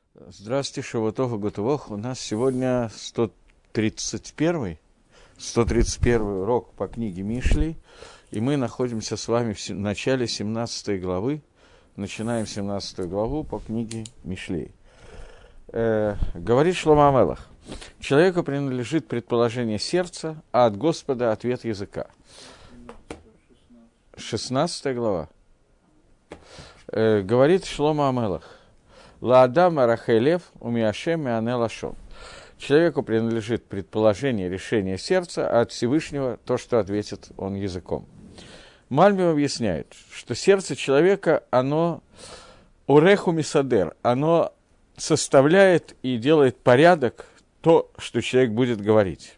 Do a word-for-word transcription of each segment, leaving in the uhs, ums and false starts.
Здравствуйте, Шавуатов и Гутывох. У нас сегодня сто тридцать первый, сто тридцать первый урок по книге Мишли, и мы находимся с вами в начале семнадцатой главы, начинаем семнадцатую главу по книге Мишлей. Э, говорит Шломо ха-Мелех: человеку принадлежит предположение сердца, а от Господа ответ языка. шестнадцатая глава. Э, говорит Шломо ха-Мелех: Лаадам арахелев умиашем миане лашон. Человеку принадлежит предположение, решение сердца, а от Всевышнего то, что ответит он языком. Мальбим объясняет, что сердце человека, оно уреху мисадер, оно составляет и делает порядок то, что человек будет говорить.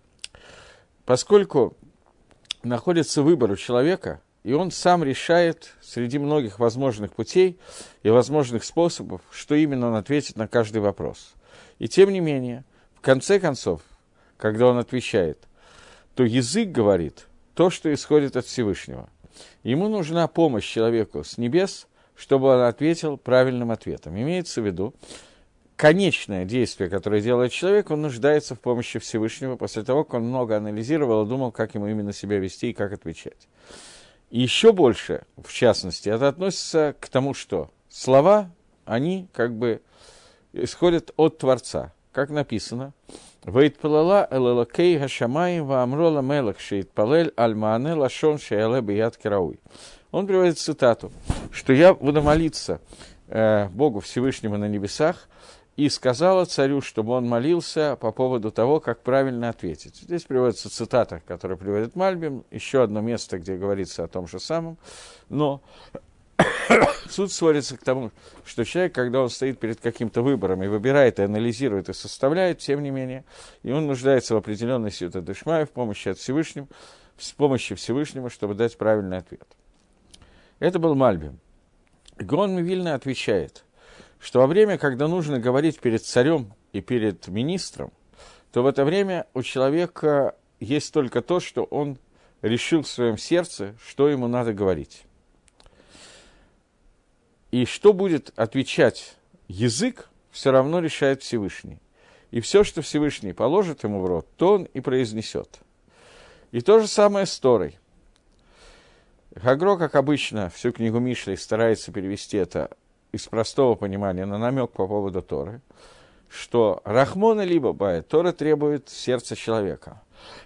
Поскольку находится выбор у человека, и он сам решает среди многих возможных путей и возможных способов, что именно он ответит на каждый вопрос. И тем не менее, в конце концов, когда он отвечает, то язык говорит то, что исходит от Всевышнего. Ему нужна помощь человеку с небес, чтобы он ответил правильным ответом. Имеется в виду, конечное действие, которое делает человек, он нуждается в помощи Всевышнего после того, как он много анализировал и думал, как ему именно себя вести и как отвечать. И еще больше, в частности, это относится к тому, что слова, они как бы исходят от Творца. Как написано: «Ваитпалала элэлакей хашамаим ваамрола мелах шеитпалель аль-маане лашон шеяле бияд керауй». Он приводит цитату, что я буду молиться э, Богу Всевышнему на небесах, и сказала царю, чтобы он молился по поводу того, как правильно ответить. Здесь приводится цитата, которую приводит Мальбим, еще одно место, где говорится о том же самом. Но суть сводится к тому, что человек, когда он стоит перед каким-то выбором и выбирает, и анализирует, и составляет, тем не менее, и он нуждается в определенной сиюта дешмая, в помощи от Всевышнего, в помощи Всевышнего, чтобы дать правильный ответ. Это был Мальбим. Гаон Мивильна отвечает, что во время, когда нужно говорить перед царем и перед министром, то в это время у человека есть только то, что он решил в своем сердце, что ему надо говорить. И что будет отвечать язык, все равно решает Всевышний. И все, что Всевышний положит ему в рот, то он и произнесет. И то же самое с Торой. Хагро, как обычно, всю книгу Мишли старается перевести это из простого понимания на намек по поводу Торы, что Рахмона либо Бая, Тора требует сердца человека.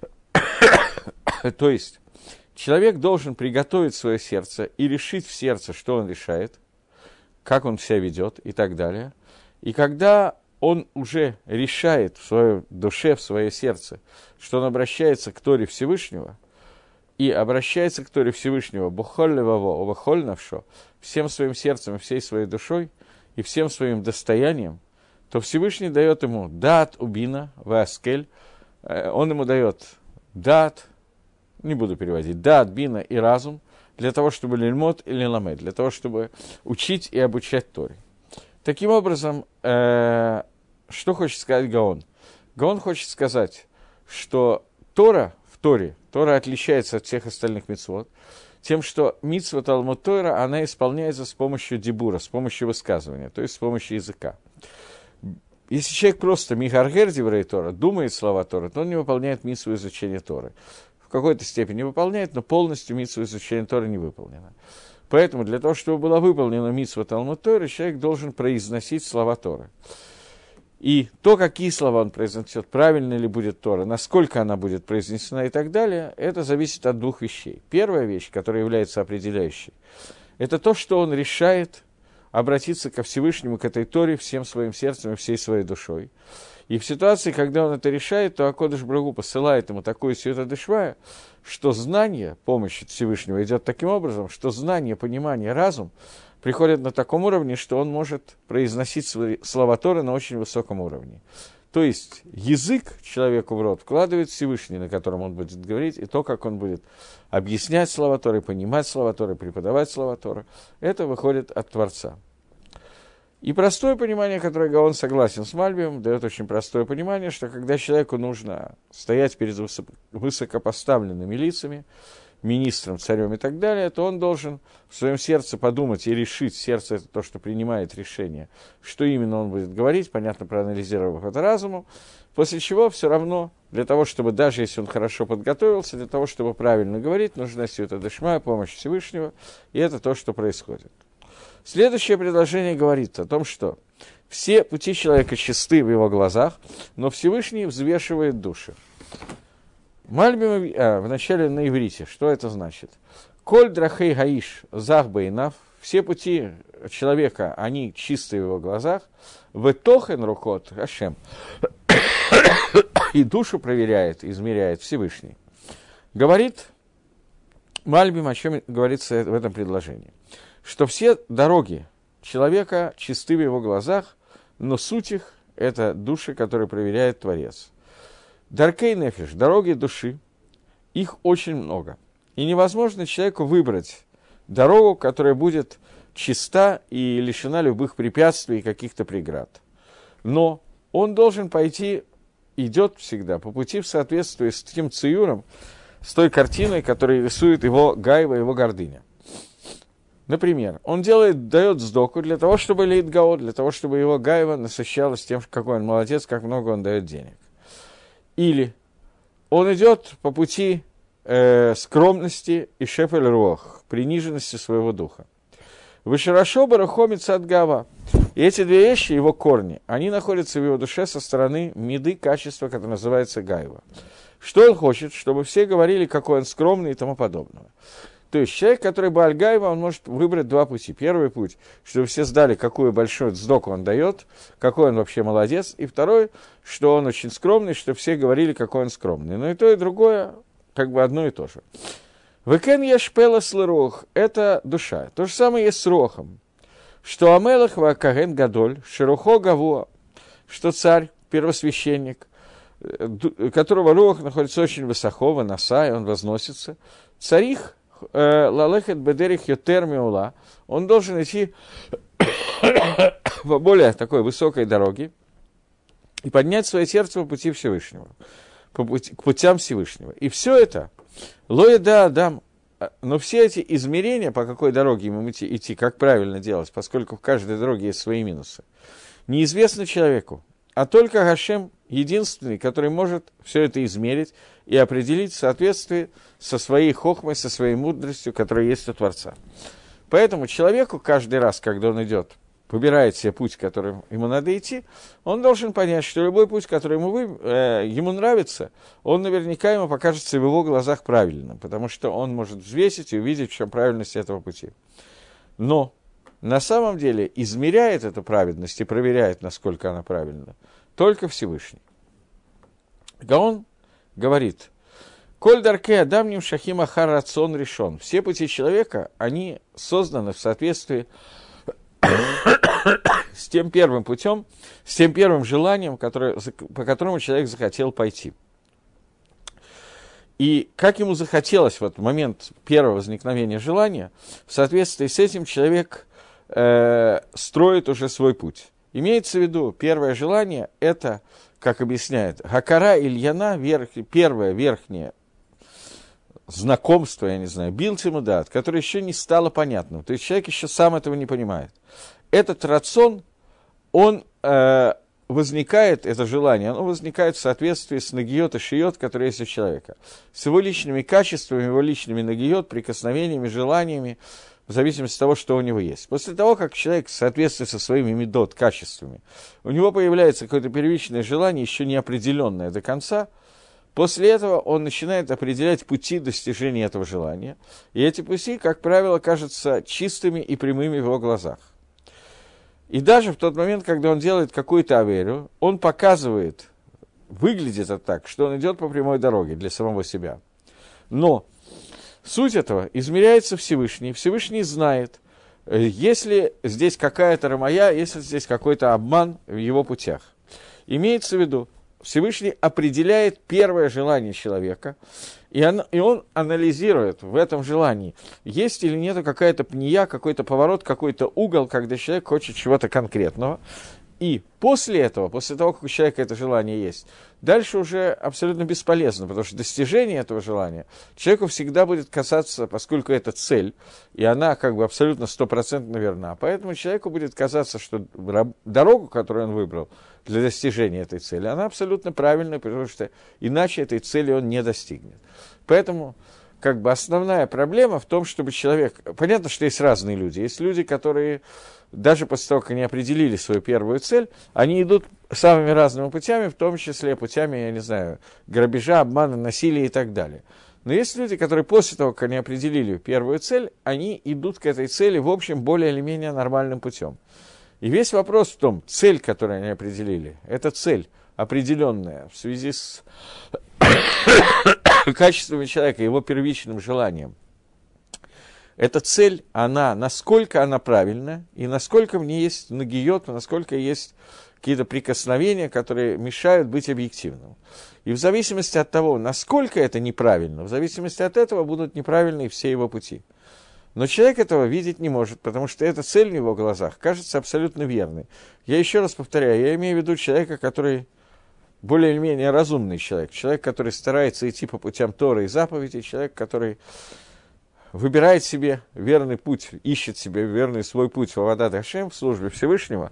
То есть человек должен приготовить свое сердце и решить в сердце, что он решает, как он себя ведет и так далее. И когда он уже решает в своей душе, в свое сердце, что он обращается к Торе Всевышнего, и обращается к Торе Всевышнего «Бухоль леваво, овахоль навшо», всем своим сердцем и всей своей душой, и всем своим достоянием, то Всевышний дает ему дат убина, васкель, он ему дает дат, не буду переводить, дат, бина и разум, для того, чтобы лильмот или ламед, для того, чтобы учить и обучать Торе. Таким образом, э, что хочет сказать Гаон? Гаон хочет сказать, что Тора в Торе, Тора отличается от всех остальных мицвот тем, что мицва Талмуд Тора, она исполняется с помощью дибура, с помощью высказывания, то есть с помощью языка. Если человек просто михаргер диврей Тора, думает слова Торы, то он не выполняет мицву изучения Торы. В какой-то степени выполняет, но полностью мицву изучения Торы не выполнена. Поэтому для того, чтобы была выполнена мицва Талмуд Тора, человек должен произносить слова Торы. И то, какие слова он произнесет, правильно ли будет Тора, насколько она будет произнесена и так далее, это зависит от двух вещей. Первая вещь, которая является определяющей, это то, что он решает обратиться ко Всевышнему, к этой Торе, всем своим сердцем и всей своей душой. И в ситуации, когда он это решает, то Акодыш Барух Ху посылает ему такую сиюта дешмая, что знание, помощь от Всевышнего идет таким образом, что знание, понимание, разум приходят на таком уровне, что он может произносить свои слова Торы на очень высоком уровне. То есть язык человеку в рот вкладывает Всевышний, на котором он будет говорить, и то, как он будет объяснять слова Торы, понимать слова Торы, преподавать слова Торы, это выходит от Творца. И простое понимание, которое Гаон согласен с Мальбием, дает очень простое понимание, что когда человеку нужно стоять перед высокопоставленными лицами, министром, царем и так далее, то он должен в своем сердце подумать и решить, сердце это то, что принимает решение, что именно он будет говорить, понятно, проанализировав это разумом, после чего все равно, для того, чтобы, даже если он хорошо подготовился, для того, чтобы правильно говорить, нужна сиюта дешма, помощь Всевышнего, и это то, что происходит. Следующее предложение говорит о том, что все пути человека чисты в его глазах, но Всевышний взвешивает души. Мальбим, а, в начале на иврите, что это значит? Коль драхей гаиш зах бейнав, все пути человека, они чистые в его глазах, ветохен рукот Ашем, и душу проверяет, измеряет Всевышний. Говорит Мальбим, о чем говорится в этом предложении, что все дороги человека чисты в его глазах, но суть их – это души, которые проверяет Творец. Даркей нефиш, дороги души, их очень много. И невозможно человеку выбрать дорогу, которая будет чиста и лишена любых препятствий и каких-то преград. Но он должен пойти, идет всегда по пути в соответствии с тем циюром, с той картиной, которую рисует его гайва, его гордыня. Например, он делает, дает сдоку для того, чтобы леит гао, для того, чтобы его гайва насыщалась тем, какой он молодец, как много он дает денег. Или он идет по пути э, скромности и шефель руах, приниженности своего духа. Вышарашо барахомится от гава. И эти две вещи, его корни, они находятся в его душе со стороны меды, качества, которое называется гайва. Что он хочет? Чтобы все говорили, какой он скромный и тому подобное. То есть человек, который Бааль Гайва, он может выбрать два пути. Первый путь, чтобы все знали, какую большую сдоку он дает, какой он вообще молодец. И второй, что он очень скромный, чтобы все говорили, какой он скромный. Но и то, и другое, как бы одно и то же. Векен ешпела с лырох – это душа. То же самое есть с рохом. Что амелах вакаген гадоль, широхо гаво, что царь, первосвященник, которого рох находится очень высоко, выносая, он возносится. Царих лалехет бедерих йотер миула, он должен идти по более такой высокой дороге и поднять свое сердце по пути Всевышнего, по пути, к путям Всевышнего. И все это, лоеда адам, но все эти измерения, по какой дороге ему идти, идти, как правильно делать, поскольку в каждой дороге есть свои минусы, неизвестно человеку, а только Гашем единственный, который может все это измерить и определить в соответствии со своей хохмой, со своей мудростью, которая есть у Творца. Поэтому человеку каждый раз, когда он идет, выбирает себе путь, которым ему надо идти, он должен понять, что любой путь, который ему, вы, э, ему нравится, он наверняка ему покажется в его глазах правильным, потому что он может взвесить и увидеть, в чем правильность этого пути. Но на самом деле измеряет эту праведность и проверяет, насколько она правильна, только Всевышний. Гаон говорит: «Коль дарке адамним шахим ахар рацион решен». Все пути человека, они созданы в соответствии с тем первым путем, с тем первым желанием, которое, по которому человек захотел пойти. И как ему захотелось вот в момент первого возникновения желания, в соответствии с этим человек э, строит уже свой путь. Имеется в виду, первое желание – это, как объясняет, гакара ильяна, верх, первое верхнее знакомство, я не знаю, билтимудат, которое еще не стало понятным. То есть человек еще сам этого не понимает. Этот рацион, он э, возникает, это желание, оно возникает в соответствии с нагиот и шиот, которые есть у человека. С его личными качествами, его личными нагиот, прикосновениями, желаниями, в зависимости от того, что у него есть. После того, как человек в соответствии со своими медот, качествами, у него появляется какое-то первичное желание, еще не определенное до конца, после этого он начинает определять пути достижения этого желания. И эти пути, как правило, кажутся чистыми и прямыми в его глазах. И даже в тот момент, когда он делает какую-то аверию, он показывает, выглядит это так, что он идет по прямой дороге для самого себя. Но суть этого измеряется Всевышний. Всевышний знает, если здесь какая-то рамая, если здесь какой-то обман в его путях. Имеется в виду, Всевышний определяет первое желание человека, и он, и он анализирует в этом желании, есть или нет какая-то пния, какой-то поворот, какой-то угол, когда человек хочет чего-то конкретного. И после этого, после того, как у человека это желание есть, дальше уже абсолютно бесполезно, потому что достижение этого желания человеку всегда будет касаться, поскольку это цель, и она как бы абсолютно стопроцентно верна. Поэтому человеку будет казаться, что дорогу, которую он выбрал для достижения этой цели, она абсолютно правильная, потому что иначе этой цели он не достигнет. Поэтому как бы основная проблема в том, чтобы человек... Понятно, что есть разные люди. Есть люди, которые даже после того, как они определили свою первую цель, они идут самыми разными путями, в том числе путями, я не знаю, грабежа, обмана, насилия и так далее. Но есть люди, которые после того, как они определили первую цель, они идут к этой цели, в общем, более или менее нормальным путем. И весь вопрос в том, цель, которую они определили, это цель определенная в связи с качествами человека, его первичным желанием. Эта цель, она, насколько она правильна, и насколько в ней есть нагиот, насколько есть какие-то прикосновения, которые мешают быть объективным. И в зависимости от того, насколько это неправильно, в зависимости от этого будут неправильны все его пути. Но человек этого видеть не может, потому что эта цель в его глазах кажется абсолютно верной. Я еще раз повторяю, я имею в виду человека, который более или менее разумный человек, человек, который старается идти по путям Торы и заповедей, человек, который выбирает себе верный путь, ищет себе верный свой путь в Авадат Ашем, в службе Всевышнего.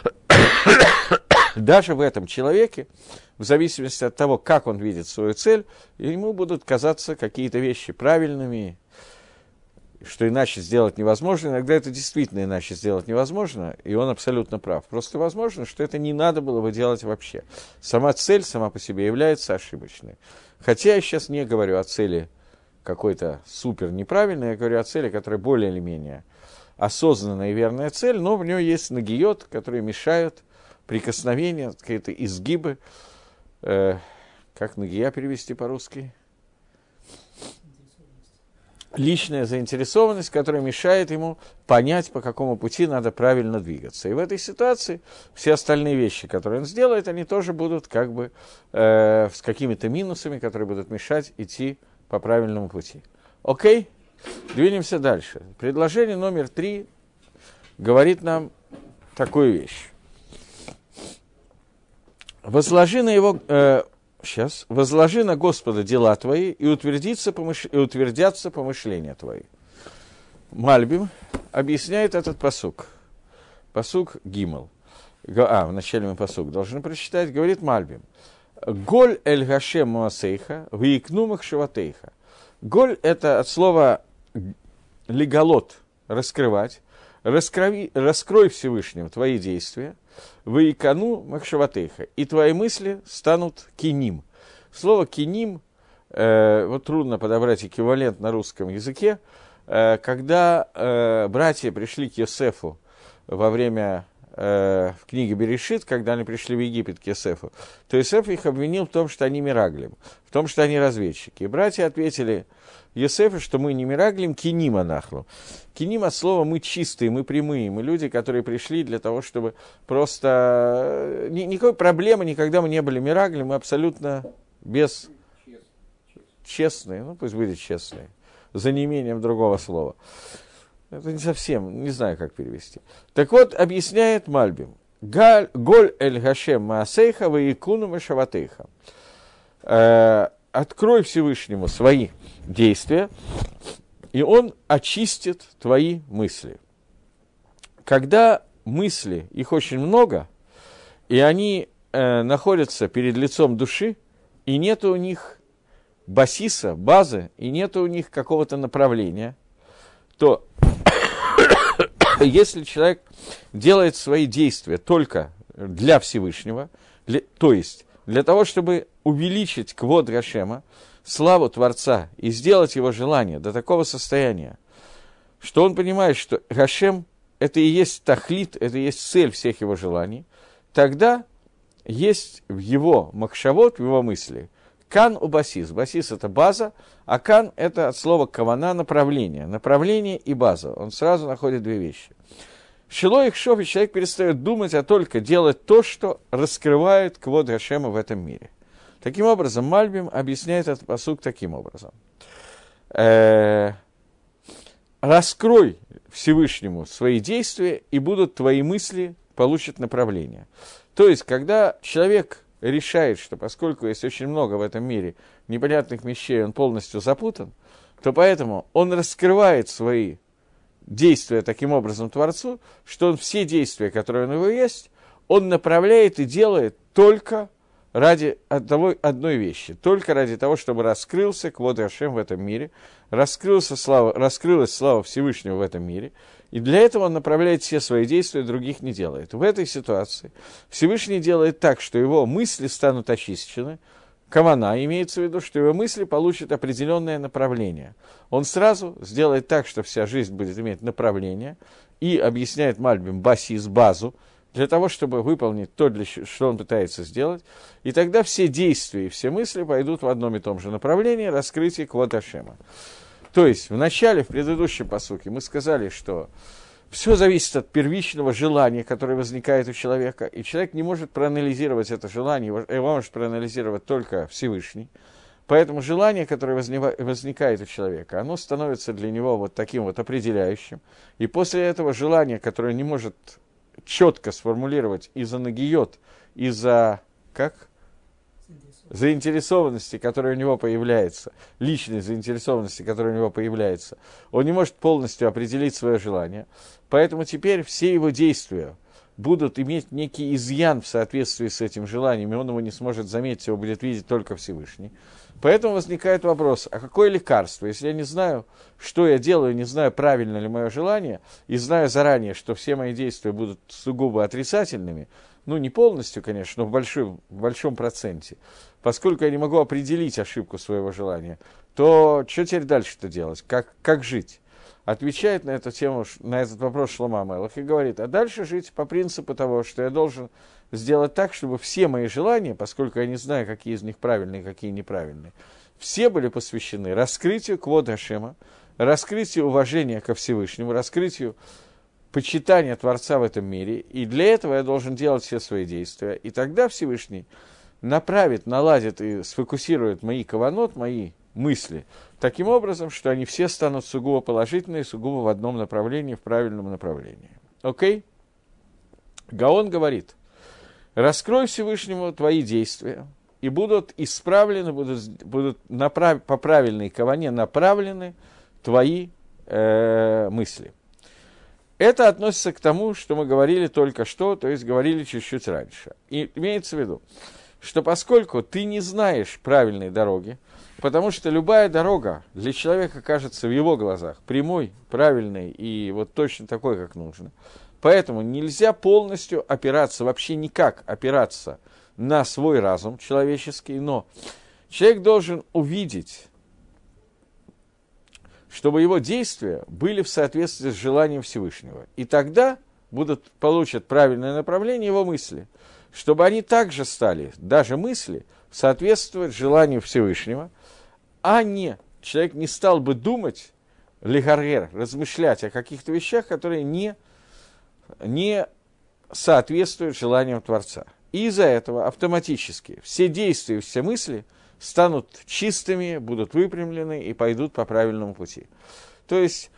Даже в этом человеке, в зависимости от того, как он видит свою цель, ему будут казаться какие-то вещи правильными, что иначе сделать невозможно. Иногда это действительно иначе сделать невозможно, и он абсолютно прав. Просто возможно, что это не надо было бы делать вообще. Сама цель сама по себе является ошибочной. Хотя я сейчас не говорю о цели какой-то супер неправильной, я говорю о цели, которая более или менее осознанная и верная цель, но в ней есть нагиот, которые мешают прикосновения, какие-то изгибы. Э, как нагия перевести по-русски? Личная заинтересованность, которая мешает ему понять, по какому пути надо правильно двигаться. И в этой ситуации все остальные вещи, которые он сделает, они тоже будут как бы э, с какими-то минусами, которые будут мешать идти по правильному пути. Окей? Двинемся дальше. Предложение номер три говорит нам такую вещь. Возложи на его... Э, Сейчас. «Возложи на Господа дела твои, и, утвердится помыш... и утвердятся помышления твои». Мальбим объясняет этот пасук. Пасук Гимел. А, вначале мы пасук должны прочитать. Говорит Мальбим. «Голь эль гашем муасейха, виикнумах шаватейха». Голь – это от слова леголот, раскрывать. Раскрови, раскрой Всевышнему твои действия, выикану махшаватейха, и твои мысли станут киним. Слово киним, э, вот трудно подобрать эквивалент на русском языке, э, когда э, братья пришли к Йосефу во время, э, в книге Берешит, когда они пришли в Египет к Йосефу, то Йосеф их обвинил в том, что они мираглим, в том, что они разведчики. И братья ответили Йосефу, что мы не мираглим, киним анахну. Киним от слова «мы чистые», «мы прямые», мы люди, которые пришли для того, чтобы просто... Никакой проблемы никогда мы не были мираглим, мы абсолютно без... Честные, ну пусть будет честные, за неимением другого слова. Это не совсем, не знаю, как перевести. Так вот, объясняет Мальбим. «Голь эль гашем маасейха ваикуну машаватейха». Открой Всевышнему свои действия, и он очистит твои мысли. Когда мысли, их очень много, и они э, находятся перед лицом души, и нет у них басиса, базы, и нет у них какого-то направления, то если человек делает свои действия только для Всевышнего, для, то есть для того, чтобы увеличить квод Гашема, славу Творца, и сделать его желание до такого состояния, что он понимает, что Гашем – это и есть тахлит, это и есть цель всех его желаний, тогда есть в его махшавот, в его мысли, кан у басис. Басис – это база, а кан – это от слова кавана – направление. Направление и база. Он сразу находит две вещи. Шило их шов, и человек перестает думать, а только делать то, что раскрывает квод Гашема в этом мире. Таким образом, Мальбим объясняет этот пасук таким образом. Э-э- раскрой Всевышнему свои действия, и будут твои мысли получит направление. То есть, когда человек решает, что поскольку есть очень много в этом мире непонятных вещей, он полностью запутан, то поэтому он раскрывает свои действия таким образом Творцу, что он все действия, которые у него есть, он направляет и делает только ради одного, одной вещи, только ради того, чтобы раскрылся Квод Ашем в этом мире, раскрылся слава, раскрылась слава Всевышнего в этом мире, и для этого он направляет все свои действия, других не делает. В этой ситуации Всевышний делает так, что его мысли станут очищены, кавана, имеется в виду, что его мысли получат определенное направление. Он сразу сделает так, что вся жизнь будет иметь направление, и объясняет Мальбим басис, базу, для того, чтобы выполнить то, для что он пытается сделать, и тогда все действия и все мысли пойдут в одном и том же направлении, раскрытие Квод Ашема. То есть, в начале, в предыдущем пасуке мы сказали, что все зависит от первичного желания, которое возникает у человека, и человек не может проанализировать это желание, его может проанализировать только Всевышний. Поэтому желание, которое возникает у человека, оно становится для него вот таким вот определяющим, и после этого желание, которое не может четко сформулировать из-за нагиот, из-за, как? заинтересованности, которая у него появляется, личной заинтересованности, которая у него появляется, он не может полностью определить свое желание. Поэтому теперь все его действия будут иметь некий изъян в соответствии с этим желанием, и он его не сможет заметить, его будет видеть только Всевышний. Поэтому возникает вопрос, а какое лекарство? Если я не знаю, что я делаю, не знаю, правильно ли мое желание, и знаю заранее, что все мои действия будут сугубо отрицательными, ну, не полностью, конечно, но в большом, в большом проценте, поскольку я не могу определить ошибку своего желания, то что теперь дальше-то делать? Как, как жить? Отвечает на эту тему, на этот вопрос Шломо ха-Мелех и говорит, а дальше жить по принципу того, что я должен сделать так, чтобы все мои желания, поскольку я не знаю, какие из них правильные, какие неправильные, все были посвящены раскрытию Квод Ашема, раскрытию уважения ко Всевышнему, раскрытию почитания Творца в этом мире, и для этого я должен делать все свои действия, и тогда Всевышний направит, наладит и сфокусирует мои каванот, мои мысли, таким образом, что они все станут сугубо положительные, сугубо в одном направлении, в правильном направлении. Окей? Гаон говорит, раскрой Всевышнему твои действия, и будут исправлены, будут, будут направ, по правильной каване направлены твои э, мысли. Это относится к тому, что мы говорили только что, то есть говорили чуть-чуть раньше. И имеется в виду, что поскольку ты не знаешь правильной дороги, потому что любая дорога для человека кажется в его глазах прямой, правильной и вот точно такой, как нужно, поэтому нельзя полностью опираться, вообще никак опираться на свой разум человеческий, но человек должен увидеть, чтобы его действия были в соответствии с желанием Всевышнего. И тогда будут, получат правильное направление его мысли, чтобы они также стали, даже мысли, соответствовать желанию Всевышнего, а не, человек не стал бы думать, легаргер, размышлять о каких-то вещах, которые не, не соответствуют желаниям Творца. И из-за этого автоматически все действия, все мысли станут чистыми, будут выпрямлены и пойдут по правильному пути. То есть,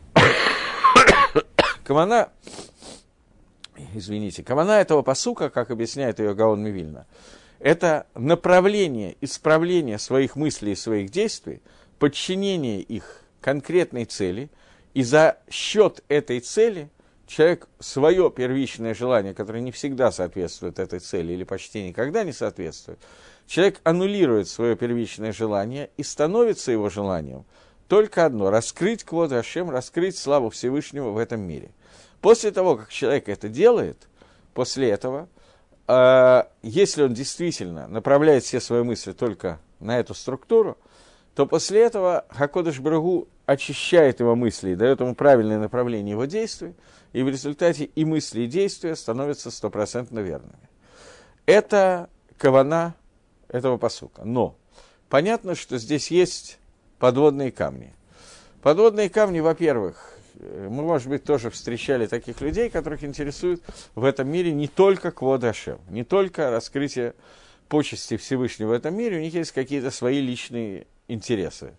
кавана, извините, кавана этого пасука, как объясняет ее Гаон Мивильна, это направление, исправление своих мыслей и своих действий, подчинение их конкретной цели, и за счет этой цели человек свое первичное желание, которое не всегда соответствует этой цели или почти никогда не соответствует, человек аннулирует свое первичное желание и становится его желанием только одно – раскрыть Квод Ашем, раскрыть славу Всевышнего в этом мире. После того, как человек это делает, после этого, э, если он действительно направляет все свои мысли только на эту структуру, то после этого Хакодеш Барух Ху очищает его мысли и дает ему правильное направление его действий, и в результате и мысли, и действия становятся стопроцентно верными. Это кавана этого пасука. Но понятно, что здесь есть подводные камни. Подводные камни, во-первых, мы, может быть, тоже встречали таких людей, которых интересует в этом мире не только Квод Ашем, не только раскрытие почести Всевышнего в этом мире, у них есть какие-то свои личные интересы.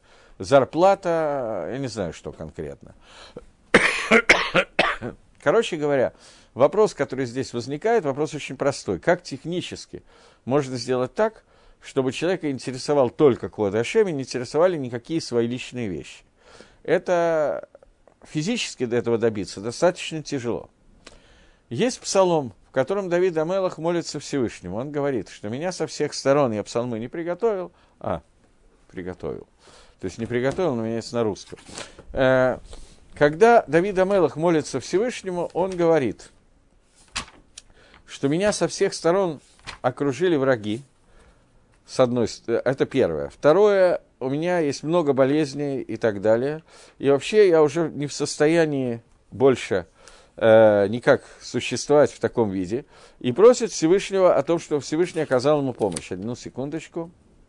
Зарплата, я не знаю, что конкретно. Короче говоря, Вопрос, который здесь возникает, вопрос очень простой. Как технически можно сделать так, чтобы человека интересовал только Квод Ашем и не интересовали никакие свои личные вещи? Это физически до этого добиться достаточно тяжело. Есть псалом, в котором Давид а-Мелах молится Всевышнему. Он говорит, что меня со всех сторон, я псалмы не приготовил, а, приготовил. То есть не приготовил, но у меня есть на русском. Когда Давид а-Мелах молится Всевышнему, он говорит, что меня со всех сторон окружили враги, с одной стороны, это первое. Второе, у меня есть много болезней и так далее. И вообще я уже не в состоянии больше э, никак существовать в таком виде. И просит Всевышнего о том, чтобы Всевышний оказал ему помощь. Одну секундочку.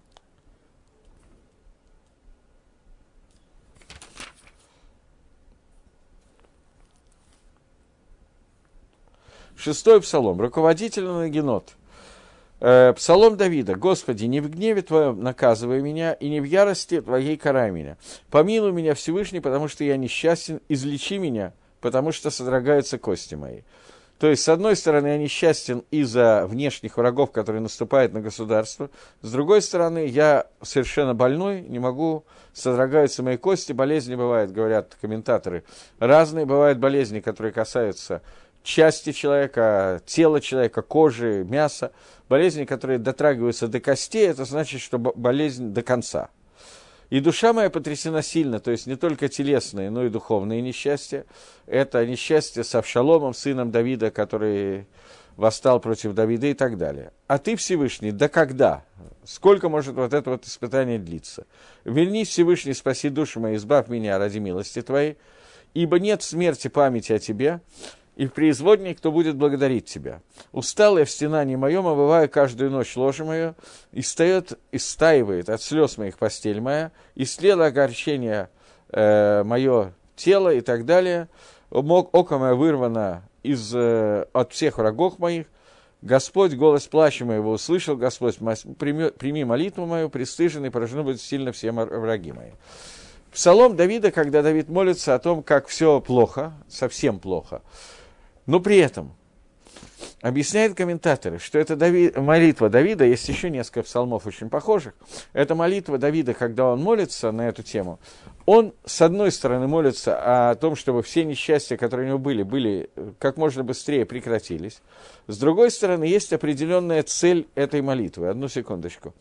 Шестой псалом. Руководитель на Генот. Э, псалом Давида. «Господи, не в гневе Твоем наказывай меня, и не в ярости Твоей карай меня. Помилуй меня, Всевышний, потому что я несчастен, излечи меня, потому что содрогаются кости мои». То есть, с одной стороны, я несчастен из-за внешних врагов, которые наступают на государство. С другой стороны, я совершенно больной, не могу, содрогаются мои кости. Болезни бывают, говорят комментаторы, разные. Бывают болезни, которые касаются части человека, тела человека, кожи, мяса. Болезни, которые дотрагиваются до костей, это значит, что болезнь до конца. И душа моя потрясена сильно, то есть не только телесные, но и духовные несчастья. Это несчастье с Авшаломом, сыном Давида, который восстал против Давида и так далее. А ты, Всевышний, да когда? Сколько может вот это вот испытание длиться? Вернись, Всевышний, спаси душу мою, избавь меня ради милости Твоей, ибо нет смерти памяти о Тебе, и в преизводней, кто будет благодарить Тебя. Устал я в стенании моем, омываю каждую ночь ложе мое, и встает, и стаивает от слез моих постель моя, и слело огорчение э, мое тело и так далее. Око мое вырвано из, э, от всех врагов моих. Господь, голос плача моего услышал, Господь, прими, прими молитву мою, пристыженный, поражены будут сильно все враги мои. Псалом Давида, когда Давид молится о том, как все плохо, совсем плохо. Но при этом объясняют комментаторы, что это Дави... молитва Давида, есть еще несколько псалмов очень похожих, это молитва Давида, когда он молится на эту тему, он, с одной стороны, молится о том, чтобы все несчастья, которые у него были, были как можно быстрее прекратились. С другой стороны, есть определенная цель этой молитвы. Одну секундочку.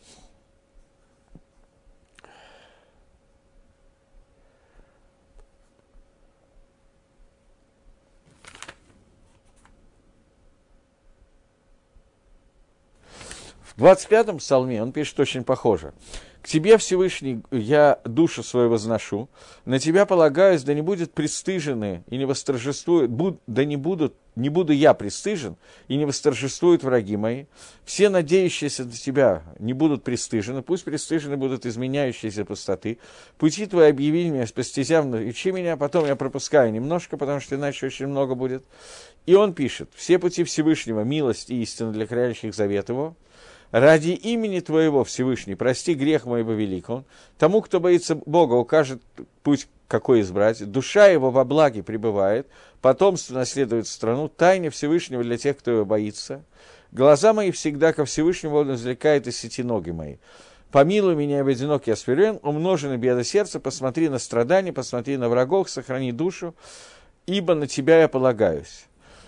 В двадцать пятом псалме он пишет очень похоже. «К Тебе, Всевышний, я душу свою возношу, на Тебя полагаюсь, да не будет пристыжены и не восторжествуют, буд, да не будут, не буду я пристыжен и не восторжествуют враги мои. Все надеющиеся на Тебя не будут пристыжены, пусть пристыжены будут изменяющиеся пустоты. Пути Твои объяви меня, по стезям научи меня, потом я пропускаю немножко, потому что иначе очень много будет». И он пишет: «Все пути Всевышнего, милость и истина для хранящих завет Его. Ради имени Твоего, Всевышний, прости грех мой велик он. Тому, кто боится Бога, укажет путь, какой избрать. Душа его во благе пребывает, потомство наследует страну, тайне Всевышнего для тех, кто его боится. Глаза мои всегда ко Всевышнему он извлекает из сети ноги мои. Помилуй меня, в одинок я сверен, умножены беды сердца, посмотри на страдания, посмотри на врагов, сохрани душу, ибо на Тебя я полагаюсь».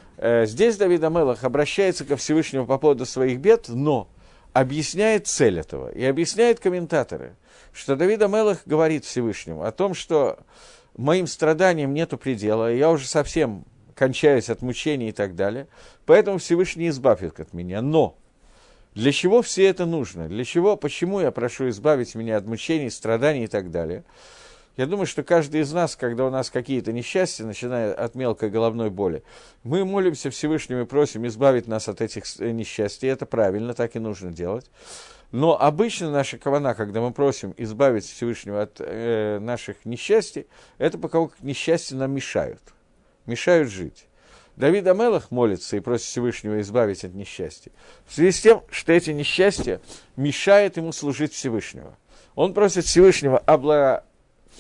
Здесь Давид а-Мелах обращается ко Всевышнему по поводу своих бед, но объясняет цель этого. И объясняют комментаторы, что Давид а-Мелах говорит Всевышнему о том, что моим страданиям нету предела, я уже совсем кончаюсь от мучений и так далее, поэтому Всевышний избавит от меня. Но для чего все это нужно? Для чего, почему я прошу избавить меня от мучений, страданий и так далее? Я думаю, что каждый из нас, когда у нас какие-то несчастья, начиная от мелкой головной боли, мы молимся Всевышнему и просим избавить нас от этих несчастий. Это правильно, так и нужно делать. Но обычно наша кавана, когда мы просим избавить Всевышнего от э, наших несчастий, это пока несчастья нам мешают, мешают жить. Давид а-Мелах молится и просит Всевышнего избавить от несчастья в связи с тем, что эти несчастья мешают ему служить Всевышнему. Он просит Всевышнего обла...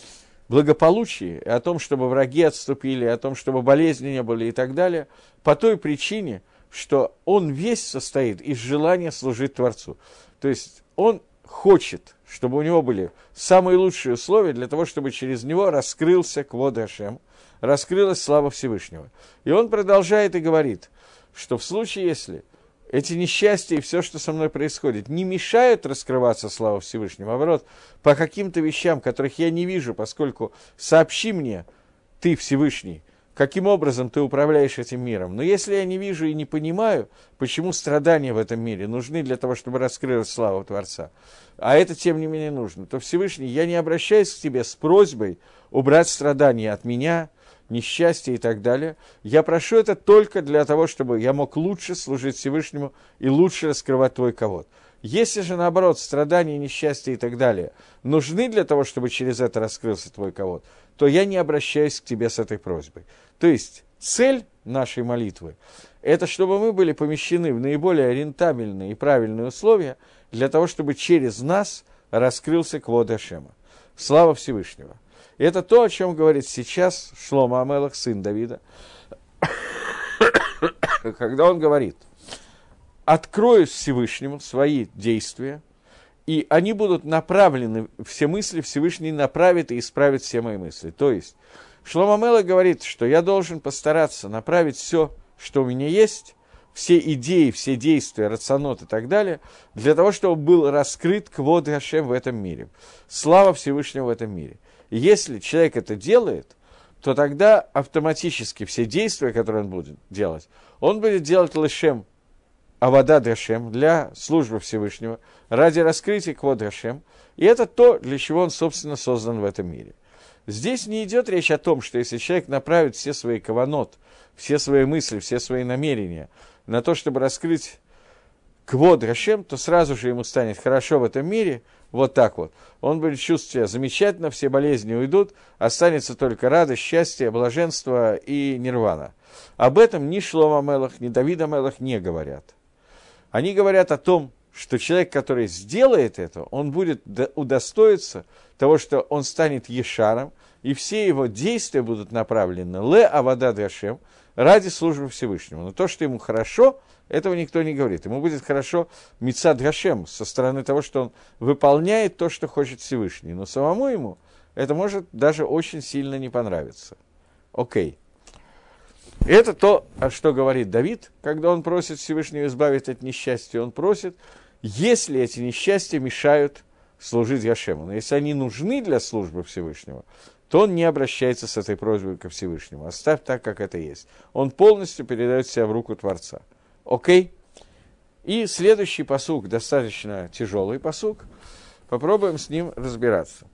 благополучии, о том, чтобы враги отступили, о том, чтобы болезни не были и так далее, по той причине, что он весь состоит из желания служить Творцу. То есть он хочет, чтобы у него были самые лучшие условия для того, чтобы через него раскрылся квод Ашем, раскрылась слава Всевышнего. И он продолжает и говорит, что в случае, если эти несчастья и все, что со мной происходит, не мешают раскрываться слава Всевышнего, наоборот, по каким-то вещам, которых я не вижу, поскольку сообщи мне, ты Всевышний, каким образом ты управляешь этим миром. Но если я не вижу и не понимаю, почему страдания в этом мире нужны для того, чтобы раскрылась слава Творца, а это, тем не менее, нужно, то Всевышний, я не обращаюсь к тебе с просьбой убрать страдания от меня, несчастье и так далее. Я прошу это только для того, чтобы я мог лучше служить Всевышнему и лучше раскрывать твой ковод. Если же, наоборот, страдания, несчастья и так далее нужны для того, чтобы через это раскрылся твой ковод, то я не обращаюсь к тебе с этой просьбой. То есть цель нашей молитвы – это чтобы мы были помещены в наиболее рентабельные и правильные условия для того, чтобы через нас раскрылся квод Ашема. Слава Всевышнего! И это то, о чем говорит сейчас Шломо ха-Мелех, сын Давида, когда он говорит: «Открою Всевышнему свои действия, и они будут направлены, все мысли Всевышний направит и исправит все мои мысли». То есть Шломо ха-Мелех говорит, что я должен постараться направить все, что у меня есть, все идеи, все действия, рационот и так далее, для того, чтобы был раскрыт квод Ашем в этом мире, слава Всевышнего в этом мире. И если человек это делает, то тогда автоматически все действия, которые он будет делать, он будет делать лешем авада драшем, для службы Всевышнего, ради раскрытия квод Ашем. И это то, для чего он, собственно, создан в этом мире. Здесь не идет речь о том, что если человек направит все свои каванот, все свои мысли, все свои намерения на то, чтобы раскрыть квод Ашем, то сразу же ему станет хорошо в этом мире, вот так вот. Он будет чувствовать себя замечательно, все болезни уйдут, останется только радость, счастье, блаженство и нирвана. Об этом ни Шломо ха-Мелех, ни Давид ха-Мелех не говорят. Они говорят о том, что человек, который сделает это, он будет удостоиться того, что он станет ешаром, и все его действия будут направлены ле авада драшем, ради службы Всевышнему. Но то, что ему хорошо, этого никто не говорит. Ему будет хорошо мицад драшем, со стороны того, что он выполняет то, что хочет Всевышний. Но самому ему это может даже очень сильно не понравиться. Окей. Это то, что говорит Давид, когда он просит Всевышнего избавить от несчастья. Он просит, если эти несчастья мешают служить Ашему. Но если они нужны для службы Всевышнего, то он не обращается с этой просьбой ко Всевышнему. Оставь так, как это есть. Он полностью передает себя в руку Творца. Окей? И следующий пасук, достаточно тяжелый пасук. Попробуем с ним разбираться.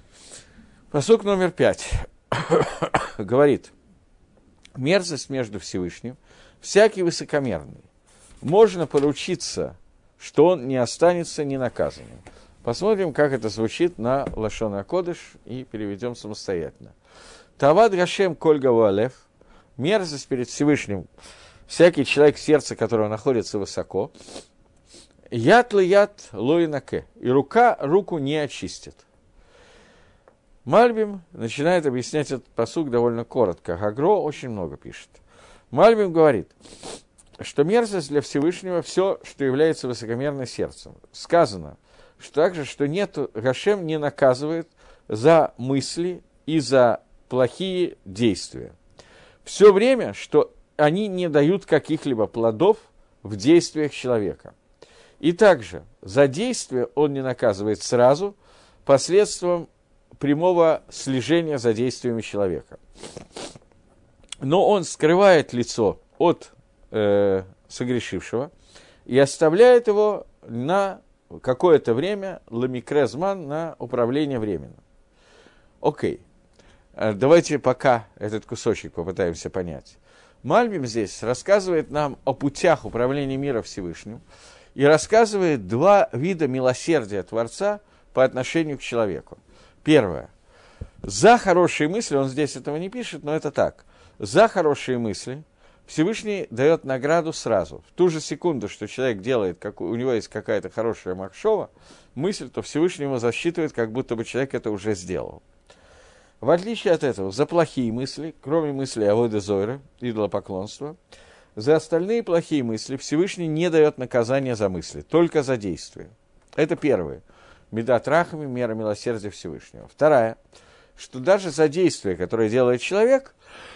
Пасук номер пять. Говорит: мерзость между Всевышним, всякий высокомерный. Можно поручиться, что он не останется ненаказанным. Посмотрим, как это звучит на лашон а-кодеш, и переведем самостоятельно. Тавад Гашем коль гавуалев, мерзость перед Всевышним, всякий человек, сердце которого находится высоко, яд ли яд лоинаке, и рука руку не очистит. Мальбим начинает объяснять этот пасук довольно коротко. Гагро очень много пишет. Мальбим говорит, что мерзость для Всевышнего все, что является высокомерным сердцем. Сказано, что также, что нет, Гашем не наказывает за мысли и за плохие действия. Все время, что они не дают каких-либо плодов в действиях человека. И также за действия он не наказывает сразу посредством прямого слежения за действиями человека. Но он скрывает лицо от э, согрешившего и оставляет его на какое-то время, ламикрезман, на управление временным. Окей. Давайте пока этот кусочек попытаемся понять. Мальбим здесь рассказывает нам о путях управления мира Всевышним и рассказывает два вида милосердия Творца по отношению к человеку. Первое. За хорошие мысли, он здесь этого не пишет, но это так. За хорошие мысли Всевышний дает награду сразу. В ту же секунду, что человек делает, как у него есть какая-то хорошая махшова, мысль, то Всевышний его засчитывает, как будто бы человек это уже сделал. В отличие от этого, за плохие мысли, кроме мысли авойда зойра, идолопоклонства, за остальные плохие мысли Всевышний не дает наказания за мысли, только за действия. Это первое. Медат рахами, мера милосердия Всевышнего. Вторая, что даже за действия, которые делает человек,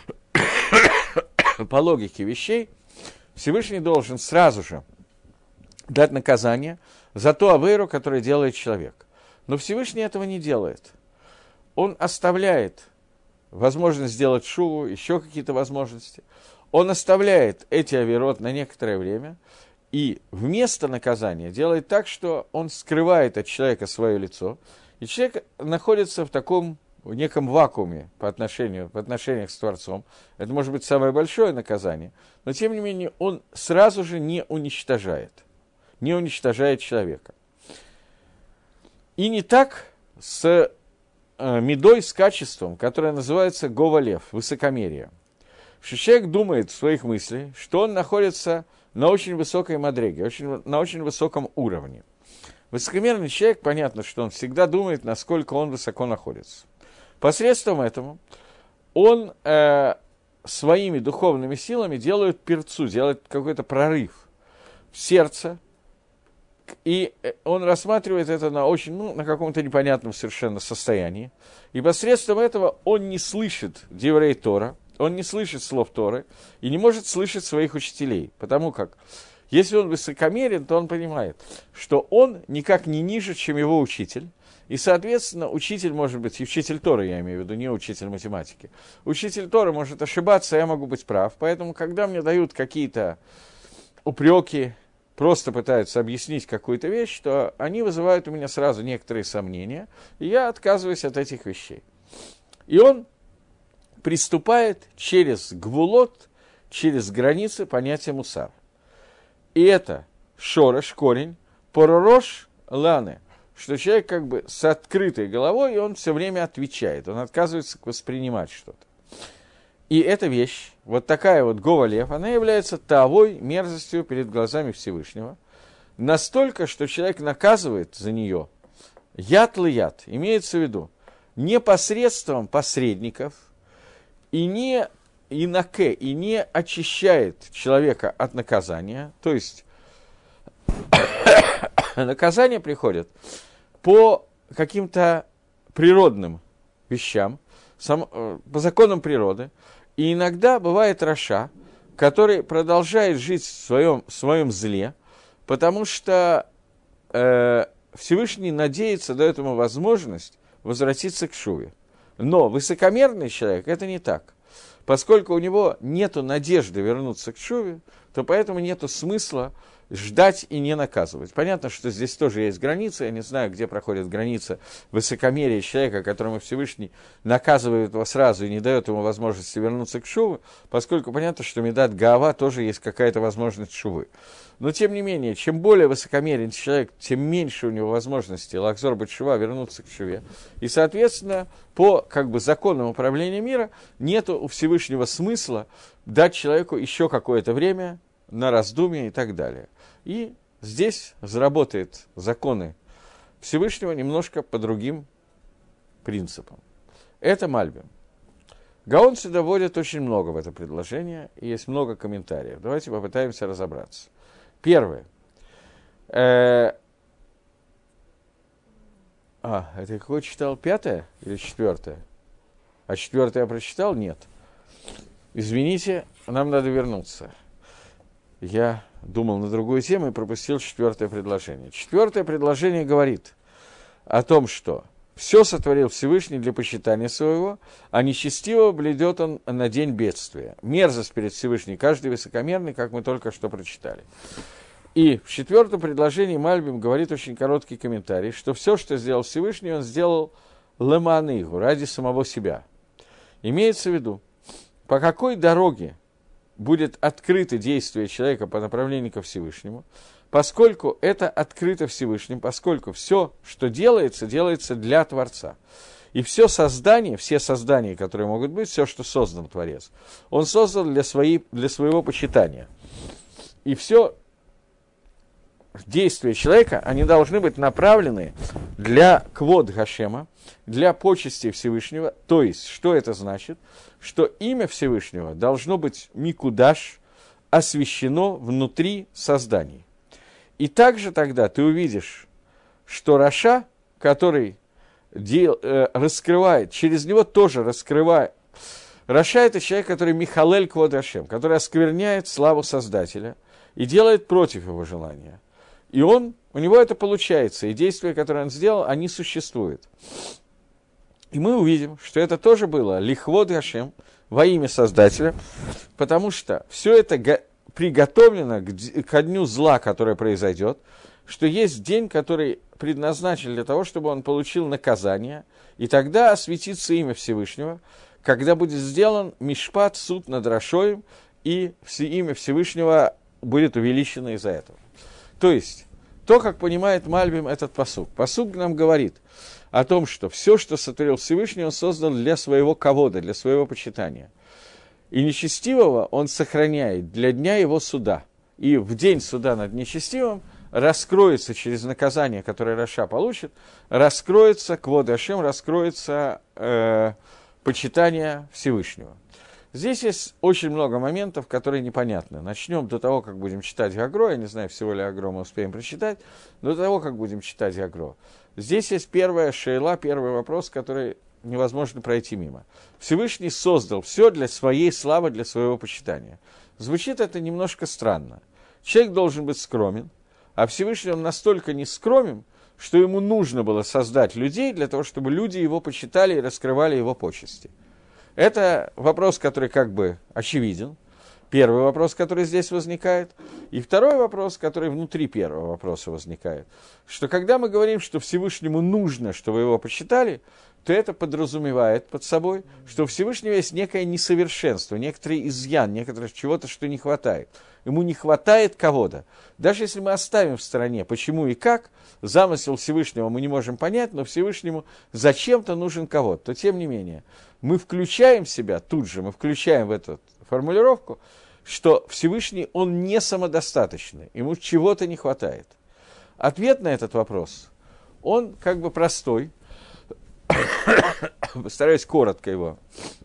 по логике вещей, Всевышний должен сразу же дать наказание за ту авейру, которую делает человек. Но Всевышний этого не делает. Он оставляет возможность сделать шуву, еще какие-то возможности. Он оставляет эти авейрот на некоторое время и вместо наказания делает так, что он скрывает от человека свое лицо, и человек находится в таком, в неком вакууме по отношению, по отношениях с Творцом. Это может быть самое большое наказание, но тем не менее он сразу же не уничтожает, не уничтожает человека. И не так с э, медой, с качеством, которое называется говалев, высокомерие. Что человек думает в своих мыслях, что он находится на очень высокой мадреге, очень, на очень высоком уровне. Высокомерный человек, понятно, что он всегда думает, насколько он высоко находится. Посредством этого он э, своими духовными силами делает перцу, делает какой-то прорыв в сердце, и он рассматривает это на очень, ну, на каком-то непонятном совершенно состоянии. И посредством этого он не слышит Деврей Тора, он не слышит слов Торы и не может слышать своих учителей. Потому как, если он высокомерен, то он понимает, что он никак не ниже, чем его учитель. И, соответственно, учитель может быть, и учитель Торы, я имею в виду, не учитель математики. Учитель Торы может ошибаться, я могу быть прав. Поэтому, когда мне дают какие-то упреки, просто пытаются объяснить какую-то вещь, то они вызывают у меня сразу некоторые сомнения, и я отказываюсь от этих вещей. И он приступает через гвулот, через границы понятия мусар. И это шорош, корень, поророш лане, что человек как бы с открытой головой, и он все время отвечает, он отказывается воспринимать что-то. И эта вещь, вот такая вот говалев, она является тавой, мерзостью перед глазами Всевышнего, настолько, что человек наказывает за нее яд ли яд, имеется в виду, не посредством посредников, и не инаке, и не очищает человека от наказания, то есть наказание приходит по каким-то природным вещам, сам, по законам природы, и иногда бывает раша, который продолжает жить в своем, в своем зле, потому что э, Всевышний надеется, дает ему возможность возвратиться к шуве. Но высокомерный человек – это не так. Поскольку у него нет надежды вернуться к шуве, то поэтому нет смысла ждать и не наказывать. Понятно, что здесь тоже есть граница. Я не знаю, где проходит граница высокомерия человека, которому Всевышний наказывает его сразу и не дает ему возможности вернуться к шуве, поскольку понятно, что медат гаава тоже есть какая-то возможность шувы. Но, тем не менее, чем более высокомерен человек, тем меньше у него возможности лахзор бет шува вернуться к шуве. И, соответственно, по как бы законам управления мира нет у Всевышнего смысла дать человеку еще какое-то время на раздумье и так далее. И здесь заработают законы Всевышнего немножко по другим принципам. Это Мальбим. Гаонцы доводят очень много в это предложение, и есть много комментариев. Давайте попытаемся разобраться. Первое. Э, а, это какое читал? Пятое или четвертое? А четвертое я прочитал? Нет. Извините, нам надо вернуться. Я думал на другую тему и пропустил четвертое предложение. Четвертое предложение говорит о том, что все сотворил Всевышний для почитания своего, а нечестиво блюдет он на день бедствия. Мерзость перед Всевышним, каждый высокомерный, как мы только что прочитали. И в четвертом предложении Мальбим говорит очень короткий комментарий, что все, что сделал Всевышний, он сделал леманыгу, ради самого себя. Имеется в виду, по какой дороге будет открыто действие человека по направлению ко Всевышнему, поскольку это открыто Всевышним, поскольку все, что делается, делается для Творца. И все создание, все создания, которые могут быть, все, что создан Творец, он создан для, своей, для своего почитания. И все действия человека, они должны быть направлены для квод Гашема, для почести Всевышнего. То есть, что это значит? Что имя Всевышнего должно быть микудаш, освящено внутри созданий. И также тогда ты увидишь, что Раша, который дел, э, раскрывает, через него тоже раскрывает. Раша – это человек, который Михалель Квод Ашем, который оскверняет славу Создателя и делает против его желания. И он, у него это получается, и действия, которые он сделал, они существуют. И мы увидим, что это тоже было Лихвод Ашем, во имя Создателя, потому что все это го- приготовлено к, ко дню зла, которое произойдет, что есть день, который предназначен для того, чтобы он получил наказание, и тогда осветится имя Всевышнего, когда будет сделан мишпат, суд над Рашоем, и все имя Всевышнего будет увеличено из-за этого. То есть, то, как понимает Мальбим этот пасук. Пасук нам говорит о том, что все, что сотворил Всевышний, он создал для своего ковода, для своего почитания. И нечестивого он сохраняет для дня его суда. И в день суда над нечестивым раскроется через наказание, которое Раша получит, раскроется квод Ашем, раскроется э, почитание Всевышнего. Здесь есть очень много моментов, которые непонятны. Начнем до того, как будем читать Гагро. Я не знаю, всего ли Гагро мы успеем прочитать. До того, как будем читать Гагро. Здесь есть первая шейла, первый вопрос, который невозможно пройти мимо. Всевышний создал все для своей славы, для своего почитания. Звучит это немножко странно. Человек должен быть скромен, а Всевышний он настолько не скромен, что ему нужно было создать людей для того, чтобы люди его почитали и раскрывали его почести. Это вопрос, который как бы очевиден. Первый вопрос, который здесь возникает. И второй вопрос, который внутри первого вопроса возникает. Что когда мы говорим, что Всевышнему нужно, чтобы его почитали, то это подразумевает под собой, что у Всевышнего есть некое несовершенство, некоторый изъян, некоторое чего-то, что не хватает. Ему не хватает кого-то. Даже если мы оставим в стороне, почему и как, замысел Всевышнего мы не можем понять, но Всевышнему зачем-то нужен кого-то, то тем не менее мы включаем себя, тут же мы включаем в эту формулировку, что Всевышний, он не самодостаточный, ему чего-то не хватает. Ответ на этот вопрос, он как бы простой, постараюсь коротко его.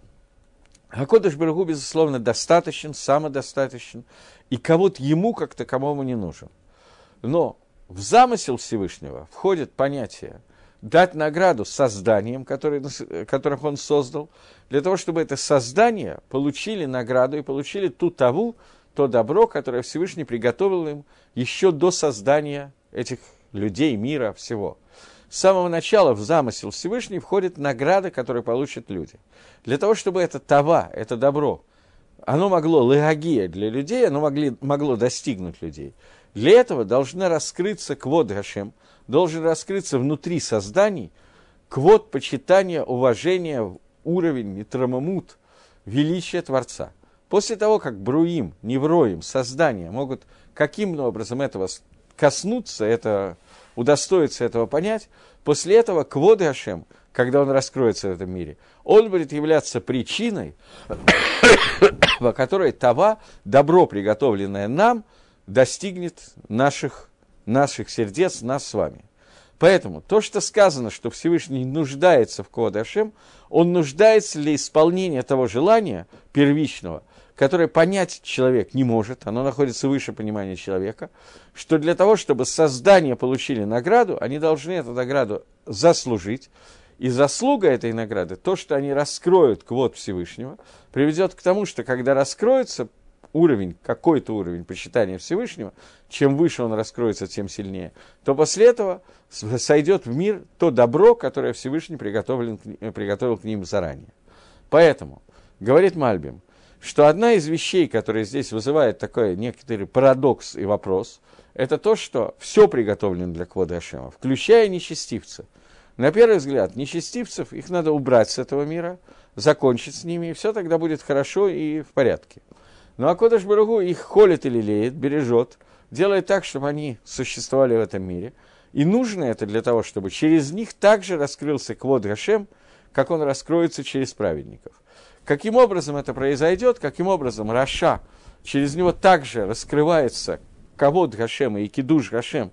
Акодыш Барух Ху, безусловно, достаточен, самодостаточен, и кого-то ему как таковому не нужен. Но в замысел Всевышнего входит понятие дать награду созданиям, которые, которых он создал, для того, чтобы это создание получили награду и получили ту таву, то добро, которое Всевышний приготовил им еще до создания этих людей, мира, всего. С самого начала в замысел Всевышний входит награда, которую получат люди. Для того, чтобы это тава, это добро, оно могло, легагия для людей, оно могли, могло достигнуть людей. Для этого должна раскрыться квод Гашем, должен раскрыться внутри созданий квод почитания, уважения, уровень, нитрамамут, величия Творца. После того, как бруим, невроим, создания могут каким-то образом этого коснуться, это, удостоиться этого понять, после этого квод Гашем, когда он раскроется в этом мире, он будет являться причиной, по которой тава, добро, приготовленное нам, достигнет наших, наших сердец, нас с вами. Поэтому то, что сказано, что Всевышний нуждается в квод Ашем, он нуждается для исполнения того желания первичного, которое понять человек не может, оно находится выше понимания человека, что для того, чтобы создания получили награду, они должны эту награду заслужить. И заслуга этой награды, то, что они раскроют квод Всевышнего, приведет к тому, что когда раскроется уровень, какой-то уровень почитания Всевышнего, чем выше он раскроется, тем сильнее, то после этого сойдет в мир то добро, которое Всевышний приготовил, приготовил к ним заранее. Поэтому, говорит Мальбим, что одна из вещей, которая здесь вызывает такой некоторый парадокс и вопрос, это то, что все приготовлено для квода Ашема, включая нечестивцев. На первый взгляд, нечестивцев, их надо убрать с этого мира, закончить с ними, и все тогда будет хорошо и в порядке. Но Акодыш Барух Ху их холит и лелеет, бережет, делает так, чтобы они существовали в этом мире. И нужно это для того, чтобы через них также раскрылся квод Гашем, как он раскроется через праведников. Каким образом это произойдет, каким образом Раша, через него также раскрывается квод Гашем и кидуш Гашем,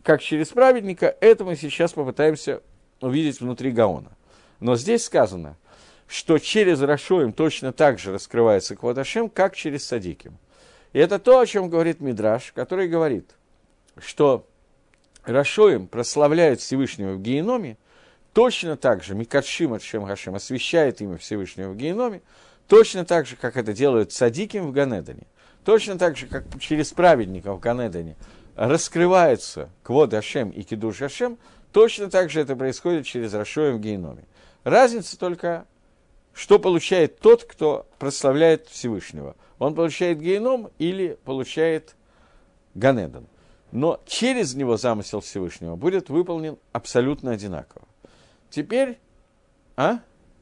как через праведника, это мы сейчас попытаемся увидеть внутри Гаона. Но здесь сказано, что через Рашоим точно так же раскрывается Квод Ашем, как через Садиким. И это то, о чем говорит Мидраш, который говорит, что Рашоим прославляет Всевышнего в Гееноме, точно так же Микадшим от Шем Хашем освящает имя Всевышнего в Гееноме, точно так же, как это делают Садиким в Ганедане, точно так же, как через праведников в Ганедане раскрывается Квод Ашем и Кидуш Ашем, точно так же это происходит через Рашоим в Гееноме. Разница только, что получает тот, кто прославляет Всевышнего. Он получает Гееном или получает Ганедан. Но через него замысел Всевышнего будет выполнен абсолютно одинаково. Теперь, а?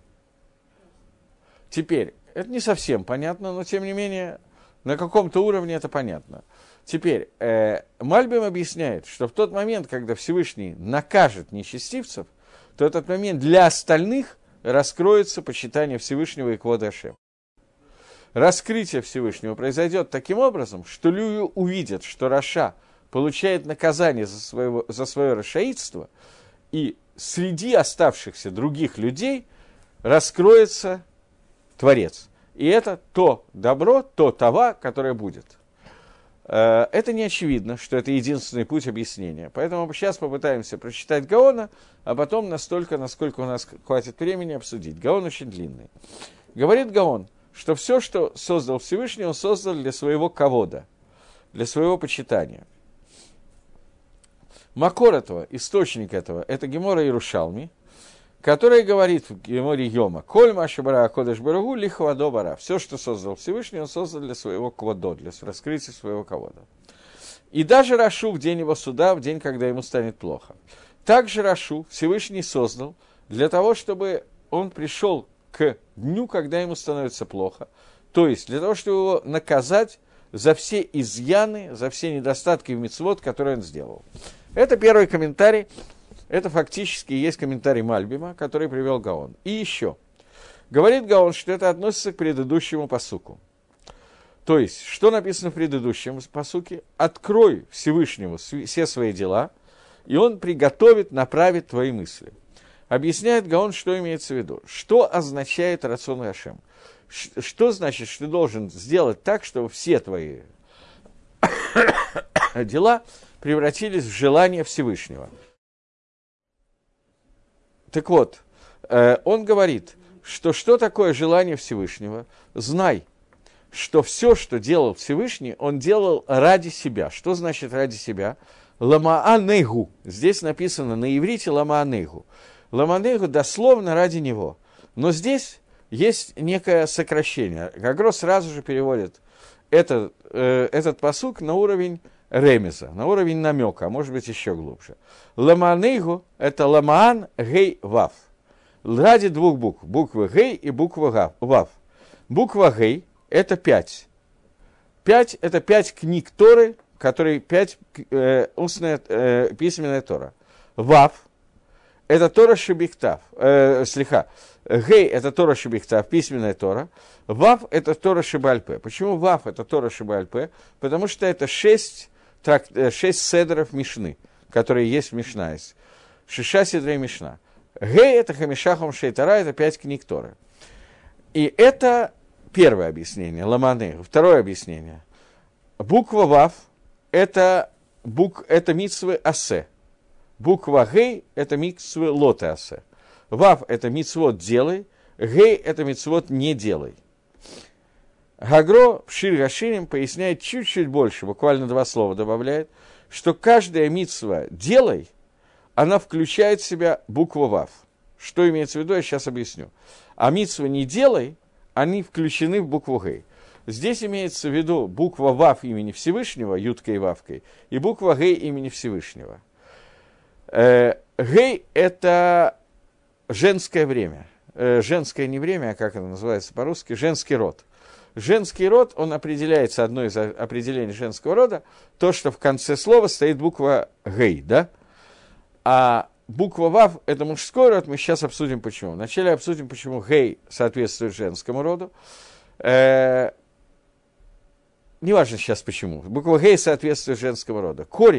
Теперь, это не совсем понятно, но тем не менее, на каком-то уровне это понятно. Теперь, э, Мальбим объясняет, что в тот момент, когда Всевышний накажет нечестивцев, то этот момент для остальных раскроется почитание Всевышнего и Квод Ашем. Раскрытие Всевышнего произойдет таким образом, что люди увидят, что Раша получает наказание за, своего, за свое рашаидство, и среди оставшихся других людей раскроется Творец. И это то добро, то тава, которое будет. Это не очевидно, что это единственный путь объяснения. Поэтому сейчас попытаемся прочитать Гаона, а потом настолько, насколько у нас хватит времени, обсудить. Гаон очень длинный. Говорит Гаон, что все, что создал Всевышний, он создал для своего кавода, для своего почитания. Макор этого, источник этого, это Гемора Иерушалми, который говорит в Геморе Йома: «Коль машабара кодеш барагу лихвадо бара». Все, что создал Всевышний, он создал для своего квадо, для раскрытия своего кавода. И даже Рашу в день его суда, в день, когда ему станет плохо. Также Рашу Всевышний создал для того, чтобы он пришел к дню, когда ему становится плохо. То есть для того, чтобы его наказать за все изъяны, за все недостатки в мицвот, которые он сделал. Это первый комментарий. Это фактически есть комментарий Мальбима, который привел Гаон. И еще. Говорит Гаон, что это относится к предыдущему пасуку. То есть, что написано в предыдущем пасуке? «Открой Всевышнему все свои дела, и он приготовит, направит твои мысли». Объясняет Гаон, что имеется в виду. Что означает рацион Ашем? Что значит, что ты должен сделать так, чтобы все твои дела превратились в желание Всевышнего? Так вот, э, он говорит, что что такое желание Всевышнего? Знай, что все, что делал Всевышний, он делал ради себя. Что значит ради себя? Ламаанегу. Здесь написано на иврите ламаанегу. Ламаанегу дословно ради него. Но здесь есть некое сокращение. Гагро сразу же переводит этот, э, этот пасук на уровень ремеза, на уровень намека, а может быть еще глубже. Ламаанегу – это ламаан гей вав. Ради двух букв. Буквы гей и буква вав. Буква гей – это пять. Пять – это пять книг Торы, которые пять э, устная э, письменная Тора. Вав – это Тора Шебихтав. Э, слиха. Гей – это Тора Шебихтав, письменная Тора. Вав – это Тора Шебальпе. Почему Вав – это Тора Шебальпе? Потому что это шесть, трак, шесть седеров Мишны, которые есть в Мишна. Шиша седрей Мишна. Гей – это Хамишахом Шейтара, это пять книг Торы. И это первое объяснение, ламаны. Второе объяснение. Буква Вав – это, бук, это мицвы асе. Буква Гей – это мицвы лоты асе. Вав – это мицвот делай, Гей – это мицвот не делай. Гагро в Шир Гаширим поясняет чуть-чуть больше, буквально два слова добавляет, что каждая мицва делай, она включает в себя букву Вав. Что имеется в виду, я сейчас объясню. А мицва не делай, они включены в букву Гей. Здесь имеется в виду буква Вав имени Всевышнего, Юткой и Вавкой, и буква Гей имени Всевышнего. Э, Гей – это женское время. Э, женское не время, а как оно называется по-русски, женский род. Женский род, он определяется, одно из определений женского рода, то, что в конце слова стоит буква Гей, да? А буква Вав – это мужской род, мы сейчас обсудим почему. Вначале обсудим, почему Гей соответствует женскому роду. Э, неважно сейчас почему. Буква Гей соответствует женскому роду. Корень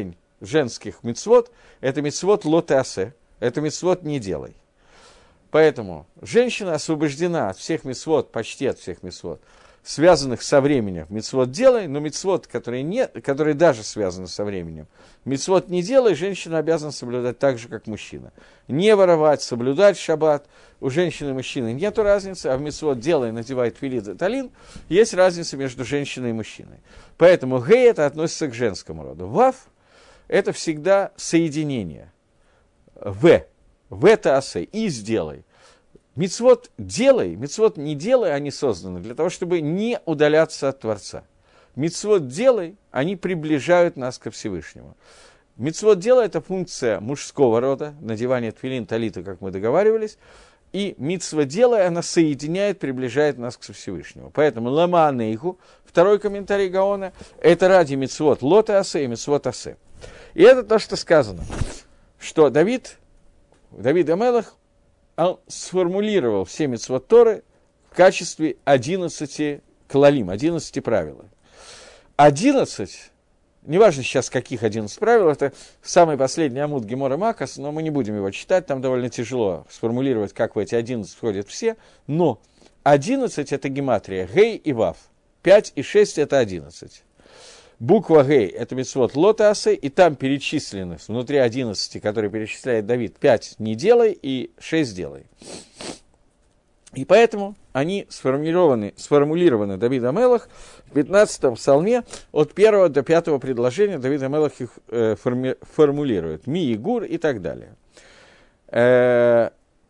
женских мицвот – это мицвот ло теасе, это мицвот не делай. Поэтому женщина освобождена от всех мицвот, почти от всех мицвот, связанных со временем. Мицвот делай, но мицвот, которые, не, которые даже связаны со временем. Мицвот не делай, женщина обязана соблюдать так же, как мужчина. Не воровать, соблюдать шаббат. У женщины и мужчины нет разницы, а в мицвот делай, надевай тфилин и талин, есть разница между женщиной и мужчиной. Поэтому гей это относится к женскому роду. Вав это всегда соединение. В. В это асе. И сделай. Мицвот делай, мицвот не делай, они созданы для того, чтобы не удаляться от Творца. Мицвот делай, они приближают нас ко Всевышнему. Мицвот делай – это функция мужского рода, надевание тфилин, талита, как мы договаривались, и мицва делай, она соединяет, приближает нас к Всевышнему. Поэтому лама анейху, второй комментарий Гаона, это ради мицвот лота асе и мицвот асе. И это то, что сказано, что Давид, Давид а-Мелех, он сформулировал все мицвот Торы в качестве одиннадцати клалим, одиннадцати правил. одиннадцать, неважно сейчас каких одиннадцать правил, это самый последний амуд Гемора Макас, но мы не будем его читать, там довольно тяжело сформулировать, как в эти одиннадцать входят все, но одиннадцать это гематрия, гей и вав, пять и шесть это одиннадцать. Буква гей – это мицвот лота асе, и там перечислены, внутри одиннадцати, которые перечисляет Давид, пять не делай и шесть делай. И поэтому они сформулированы, сформулированы Давид а-Мелех в пятнадцатом псалме, от первого до пятого предложения Давид а-Мелех их э, форми, формулирует, ми и гур и так далее. Э,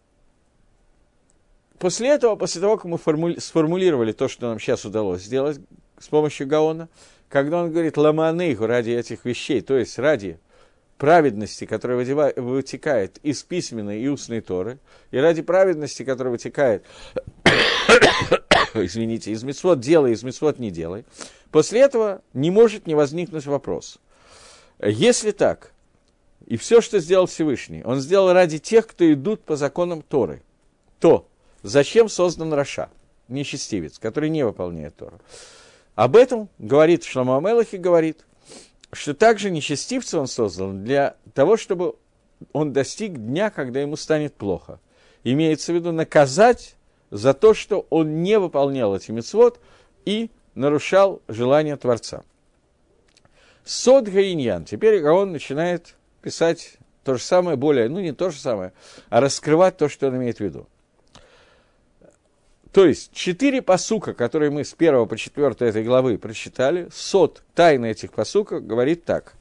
после этого, после того, как мы формули, сформулировали то, что нам сейчас удалось сделать с помощью Гаона, когда он говорит «ламанейху» ради этих вещей, то есть ради праведности, которая вытекает из письменной и устной Торы, и ради праведности, которая вытекает, извините, из мицвот делай, из мицвот не делай, после этого не может не возникнуть вопрос. Если так, и все, что сделал Всевышний, он сделал ради тех, кто идут по законам Торы, то зачем создан Раша, нечестивец, который не выполняет Тору? Об этом говорит Шломо а-Мелех и говорит, что также нечестивца он создан для того, чтобы он достиг дня, когда ему станет плохо. Имеется в виду наказать за то, что он не выполнял эти мицвот и нарушал желание Творца. Сод гаиньян. Теперь Гаон начинает писать то же самое, более, ну не то же самое, а раскрывать то, что он имеет в виду. То есть, четыре пасука, которые мы с первого по четвертое этой главы прочитали, сот, тайна этих пасуков, говорит так.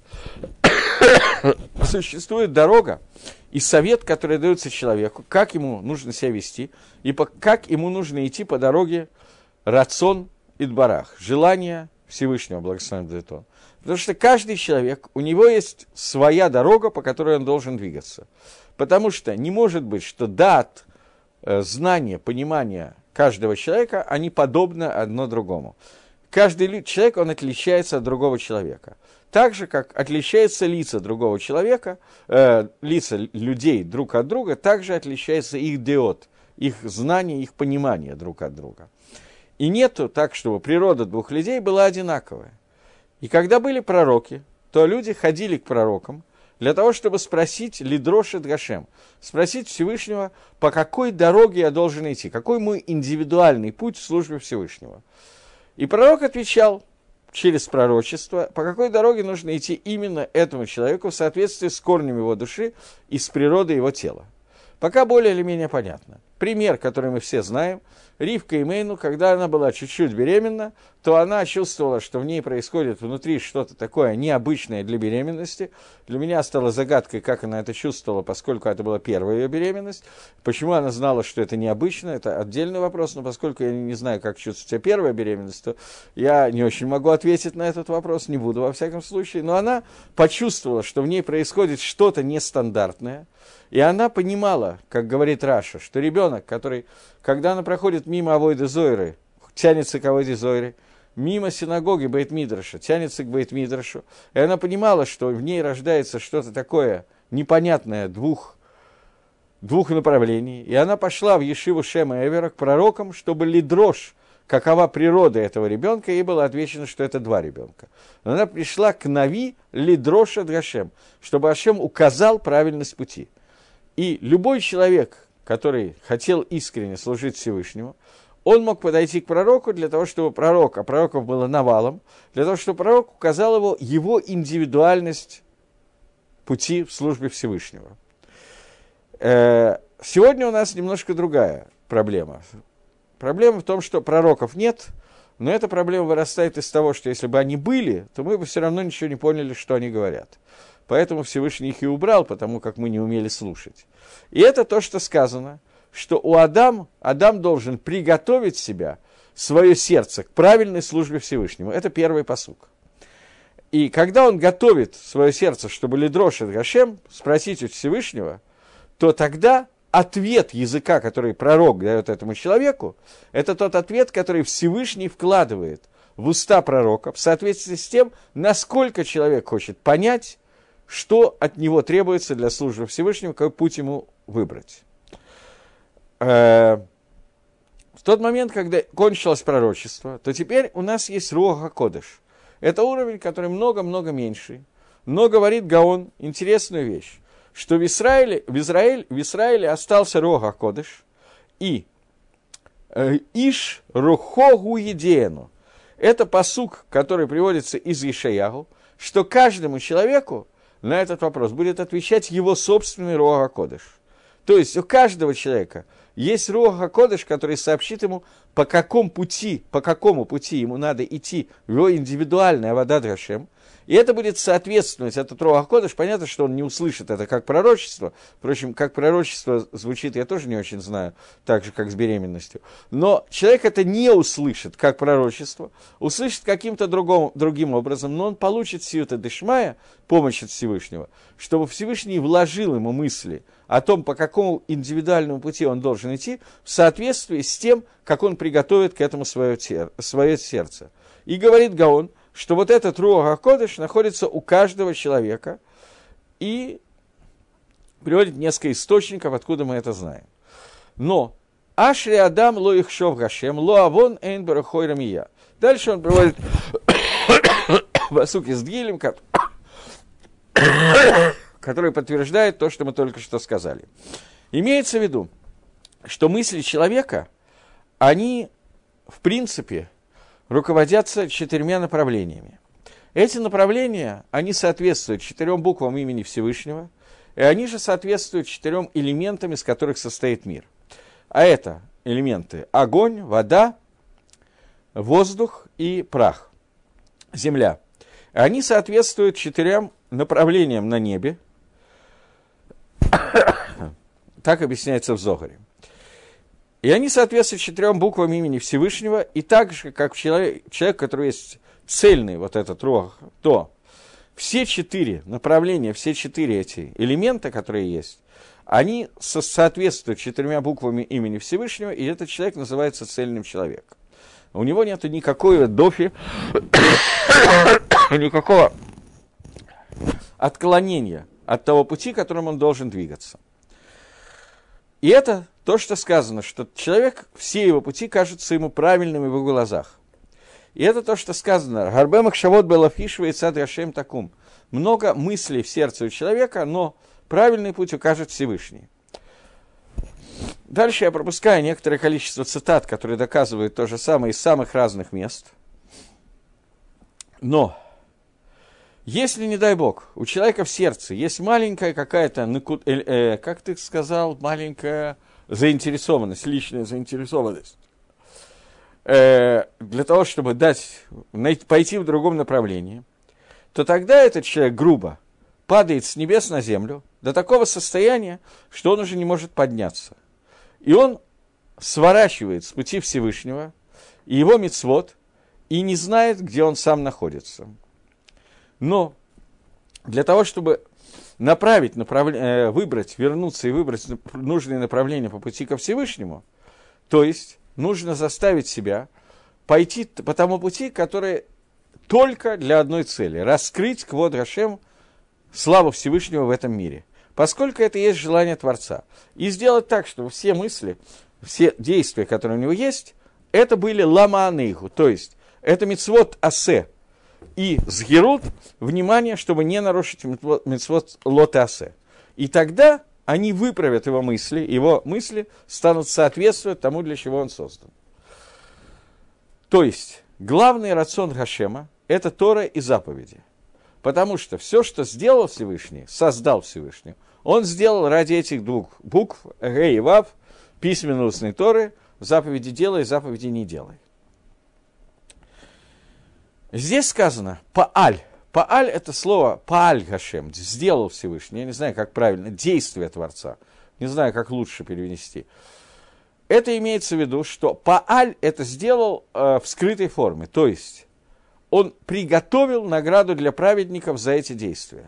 Существует дорога и совет, который дается человеку, как ему нужно себя вести, и по, как ему нужно идти по дороге рацон идбарах, желание Всевышнего, благословен будет он. Потому что каждый человек, у него есть своя дорога, по которой он должен двигаться. Потому что не может быть, что дат, знание, понимание каждого человека, они подобны одно другому. Каждый человек, он отличается от другого человека. Так же, как отличаются лица другого человека, э, лица людей друг от друга, также отличается их деот, их знание, их понимание друг от друга. И нету так, чтобы природа двух людей была одинаковая. И когда были пророки, то люди ходили к пророкам, для того, чтобы спросить Лидрош эт Гашем, спросить Всевышнего, по какой дороге я должен идти, какой мой индивидуальный путь в службе Всевышнего. И пророк отвечал через пророчество, по какой дороге нужно идти именно этому человеку в соответствии с корнем его души и с природой его тела. Пока более или менее понятно. Пример, который мы все знаем, Ривка Имейну, когда она была чуть-чуть беременна, то она чувствовала, что в ней происходит внутри что-то такое необычное для беременности. Для меня стало загадкой, как она это чувствовала, поскольку это была первая ее беременность. Почему она знала, что это необычно, это отдельный вопрос, но поскольку я не знаю, как чувствует себя первая беременность, то я не очень могу ответить на этот вопрос, не буду во всяком случае. Но она почувствовала, что в ней происходит что-то нестандартное, и она понимала, как говорит Раша, что ребенок, который, когда она проходит мимо Авойды Зойры, тянется к Авойде Зойре, мимо синагоги Бейт-Мидраша, тянется к Бейт-Мидрашу, и она понимала, что в ней рождается что-то такое непонятное двух, двух направлений, и она пошла в Ешиву Шема Эвера к пророкам, чтобы лидрош, какова природа этого ребенка, ей было отвечено, что это два ребенка. Но она пришла к Нави лидроша Гашем, чтобы Ашем указал правильность пути. И любой человек, который хотел искренне служить Всевышнему, он мог подойти к пророку для того, чтобы пророк, а пророков было навалом, для того, чтобы пророк указал его, его индивидуальность пути в службе Всевышнего. Сегодня у нас немножко другая проблема. Проблема в том, что пророков нет, но эта проблема вырастает из того, что если бы они были, то мы бы все равно ничего не поняли, что они говорят. Поэтому Всевышний их и убрал, потому как мы не умели слушать. И это то, что сказано, что у Адам, Адам должен приготовить себя, свое сердце к правильной службе Всевышнему. Это первый пасук. И когда он готовит свое сердце, чтобы лидрошит Гашем, спросить у Всевышнего, то тогда ответ языка, который пророк дает этому человеку, это тот ответ, который Всевышний вкладывает в уста пророка в соответствии с тем, насколько человек хочет понять, что от него требуется для службы Всевышнему, какой путь ему выбрать. В тот момент, когда кончилось пророчество, то теперь у нас есть Руах ха-Кодеш. Это уровень, который много-много меньше. Но говорит Гаон интересную вещь, что в Израиле, в Израиле, в Израиле остался Руах ха-Кодеш и э, Иш Рухогу Едену. Это пасук, который приводится из Ишаяху, что каждому человеку на этот вопрос будет отвечать его собственный Руах ха-Кодеш. То есть у каждого человека есть Руах ха-Кодеш, который сообщит ему, по какому пути, по какому пути ему надо идти в его индивидуальное Авадат Гашем. И это будет соответствовать, этот Руах ха-Кодеш, понятно, что он не услышит это как пророчество. Впрочем, как пророчество звучит, я тоже не очень знаю, так же, как с беременностью. Но человек это не услышит как пророчество, услышит каким-то другом, другим образом, но он получит сиюта дешмая, помощь от Всевышнего, чтобы Всевышний вложил ему мысли о том, по какому индивидуальному пути он должен идти, в соответствии с тем, как он приготовит к этому свое, свое сердце. И говорит Гаон, что вот этот Руах ха-Кодеш находится у каждого человека, и приводит несколько источников, откуда мы это знаем. Но Ашри Адам ло ихшов Гашем, ло авон эйн барахой рамия. Дальше он приводит пасук из Дгилем, который подтверждает то, что мы только что сказали. Имеется в виду, что мысли человека, они, в принципе, руководятся четырьмя направлениями. Эти направления, они соответствуют четырем буквам имени Всевышнего, и они же соответствуют четырем элементам, из которых состоит мир. А это элементы огонь, вода, воздух и прах, земля. Они соответствуют четырем направлениям на небе. Так объясняется в Зогаре. И они соответствуют четырем буквам имени Всевышнего, и так же, как человек, человек, у которого есть цельный вот этот руах, то все четыре направления, все четыре эти элемента, которые есть, они со- соответствуют четырьмя буквами имени Всевышнего, и этот человек называется цельным человеком. У него нет никакой дофи, никакого отклонения от того пути, которым он должен двигаться. И это то, что сказано, что человек, все его пути кажутся ему правильными в его глазах. И это то, что сказано. Гарбе махшавот белафишва и цад Гашем такум. Много мыслей в сердце у человека, но правильный путь укажет Всевышний. Дальше я пропускаю некоторое количество цитат, которые доказывают то же самое из самых разных мест. Но если, не дай Бог, у человека в сердце есть маленькая какая-то, э, э, как ты сказал, маленькая заинтересованность, личная заинтересованность, э, для того, чтобы дать, найти, пойти в другом направлении, то тогда этот человек грубо падает с небес на землю до такого состояния, что он уже не может подняться. И он сворачивает с пути Всевышнего и его мицвот, и не знает, где он сам находится. Но для того, чтобы направить, направля... э, выбрать, вернуться и выбрать нужные направления по пути ко Всевышнему, то есть нужно заставить себя пойти по тому пути, который только для одной цели – раскрыть квод Гашем, славу Всевышнего в этом мире, поскольку это есть желание Творца. И сделать так, чтобы все мысли, все действия, которые у него есть, это были ламаанейху, то есть это мицвот асе и сгерут, внимание, чтобы не нарушить мицвот лот асе. И тогда они выправят его мысли, его мысли станут соответствовать тому, для чего он создан. То есть главный рацион Гашема – это Тора и заповеди. Потому что все, что сделал Всевышний, создал Всевышний, он сделал ради этих двух букв, Ге и Вав, письменно-устной Торы, заповеди делай, заповеди не делай. Здесь сказано «пааль». «Пааль» – это слово «пааль Гашем», «сделал Всевышний». Я не знаю, как правильно, «действие Творца». Не знаю, как лучше перевести. Это имеется в виду, что «пааль» – это сделал э, в скрытой форме, то есть он приготовил награду для праведников за эти действия.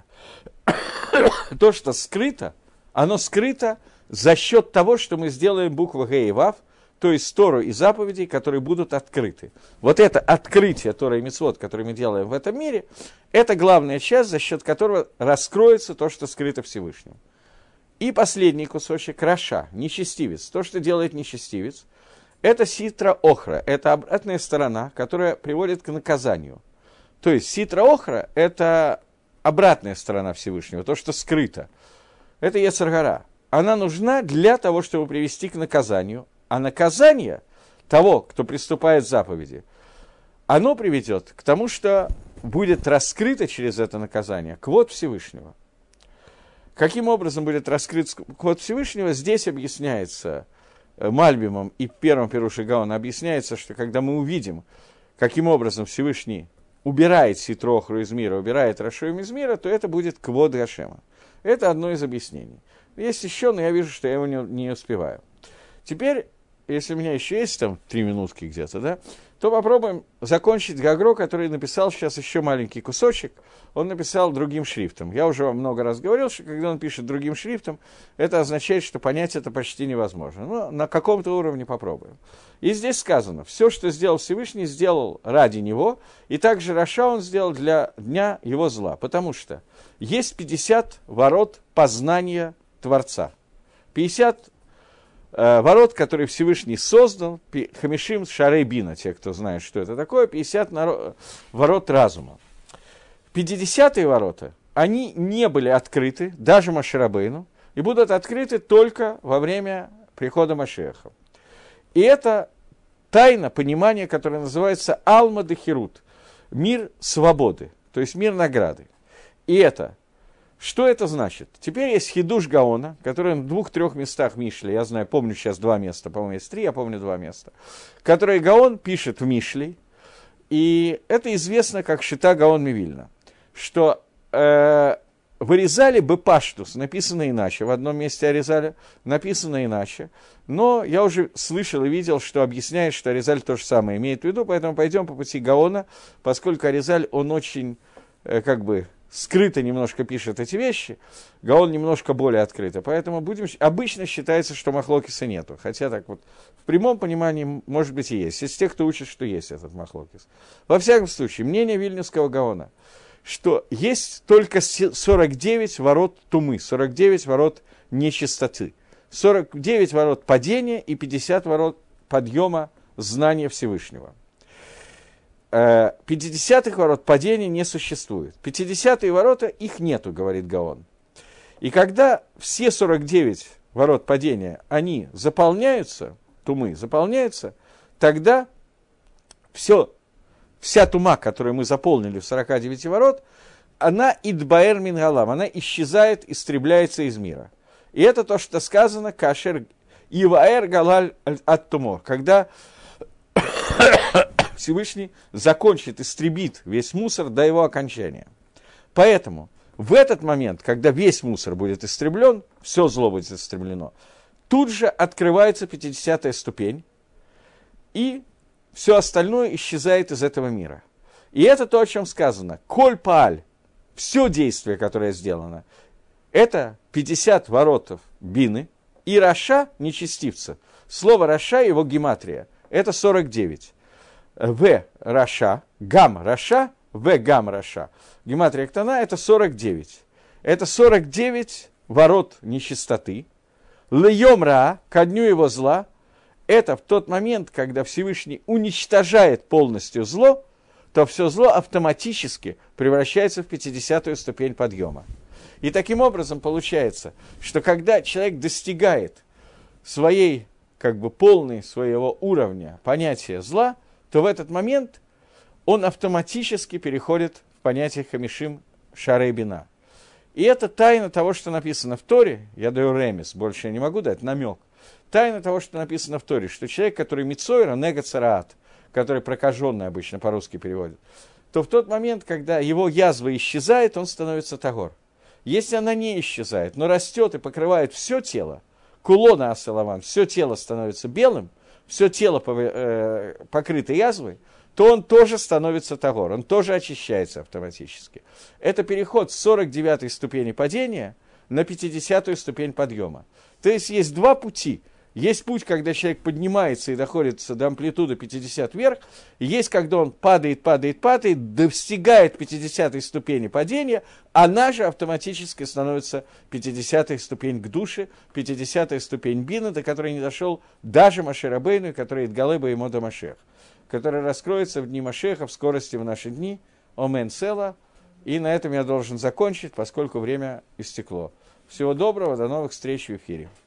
То, что скрыто, оно скрыто за счет того, что мы сделаем букву Ге и Вав, то есть Тору и заповедей, которые будут открыты. Вот это открытие Торы и мицвот, которое мы делаем в этом мире, это главная часть, за счет которого раскроется то, что скрыто Всевышним. И последний кусочек – раша, нечестивец. То, что делает нечестивец, это ситра охра, это обратная сторона, которая приводит к наказанию. То есть ситра охра – это обратная сторона Всевышнего, то, что скрыто. Это йецер гара. Она нужна для того, чтобы привести к наказанию. А наказание того, кто приступает к заповеди, оно приведет к тому, что будет раскрыто через это наказание квот Всевышнего. Каким образом будет раскрыт квот Всевышнего, здесь объясняется Мальбимом и первым Пируше Гаона, объясняется, что когда мы увидим, каким образом Всевышний убирает ситру охру из мира, убирает рашоим из мира, то это будет квот Гашема. Это одно из объяснений. Есть еще, но я вижу, что я его не, не успеваю. Теперь, если у меня еще есть там три минутки где-то, да, то попробуем закончить Гагро, который написал сейчас еще маленький кусочек. Он написал другим шрифтом. Я уже вам много раз говорил, что когда он пишет другим шрифтом, это означает, что понять это почти невозможно. Но на каком-то уровне попробуем. И здесь сказано, все, что сделал Всевышний, сделал ради него, и также раша он сделал для дня его зла, потому что есть пятьдесят ворот познания Творца. пятьдесят ворот, которые Всевышний создал, Хамишим Шарей Бина, те, кто знает, что это такое, пятьдесят народ, ворот разума. пятидесятые ворота, они не были открыты, даже Моше Рабейну, и будут открыты только во время прихода Машиаха. И это тайна понимания, которая называется Алма де Хирут, мир свободы, то есть мир награды. И это... Что это значит? Теперь есть Хидуш Гаона, который в двух-трех местах Мишли, я знаю, помню сейчас два места, по-моему, есть три, я помню два места, которые Гаон пишет в Мишли, и это известно как Шита Гаон Мивильна, что э, вырезали бы паштус, написано иначе, в одном месте Аризаля написано иначе, но я уже слышал и видел, что объясняет, что Аризаль то же самое имеет в виду, поэтому пойдем по пути Гаона, поскольку Аризаль, он очень, э, как бы, скрыто немножко пишет эти вещи, Гаон немножко более открыто. Поэтому будем, обычно считается, что махлокиса нету. Хотя так вот в прямом понимании, может быть, и есть. Из тех, кто учит, что есть этот махлокис. Во всяком случае, мнение Вильнюсского Гаона, что есть только сорок девять ворот тумы, сорок девять ворот нечистоты, сорок девять ворот падения и пятьдесят ворот подъема знания Всевышнего. пятидесятых ворот падения не существует. пятидесятые ворота, их нету, говорит Гаон. И когда все сорок девять ворот падения, они заполняются, тумы заполняются, тогда все, вся тума, которую мы заполнили в сорока девяти ворот, она идбаэр мин галам, она исчезает, истребляется из мира. И это то, что сказано, кашер иваэр галаль ат тумо, когда Всевышний закончит, истребит весь мусор до его окончания. Поэтому в этот момент, когда весь мусор будет истреблен, все зло будет истреблено, тут же открывается пятидесятая ступень, и все остальное исчезает из этого мира. И это то, о чем сказано. Коль пааль, все действие, которое сделано, это пятьдесят воротов бины, и раша, нечестивца. Слово раша, его гематрия, это сорок девять. В раша, гам раша, в гам раша. Гематрия ктана это сорок девять. Это сорок девять ворот нечистоты. Льем ра, ко дню его зла, это в тот момент, когда Всевышний уничтожает полностью зло, то все зло автоматически превращается в пятидесятую ступень подъема. И таким образом получается, что когда человек достигает своей, как бы, полной своего уровня понятия зла, то в этот момент он автоматически переходит в понятие хамишим шарей бина. И это тайна того, что написано в Торе, я даю ремес, больше я не могу дать, намек. Тайна того, что написано в Торе, что человек, который мицойра, нега цараат, который прокаженный обычно по-русски переводит, то в тот момент, когда его язва исчезает, он становится тагор. Если она не исчезает, но растет и покрывает все тело, кулона асалаван, все тело становится белым, все тело покрыто язвой, то он тоже становится тагор, он тоже очищается автоматически. Это переход с сорок девятой ступени падения на пятидесятую ступень подъема. То есть есть два пути. Есть путь, когда человек поднимается и доходит до амплитуды пятьдесят вверх, и есть, когда он падает, падает, падает, достигает пятидесятой ступени падения, она же автоматически становится пятидесятой ступень к душе, пятидесятая ступень бина, до которой не дошел даже Моше Рабейну, который Идгалеба и Мода Машех, который раскроется в дни Машеха в скорости в наши дни, Омен Села. И на этом я должен закончить, поскольку время истекло. Всего доброго, до новых встреч в эфире.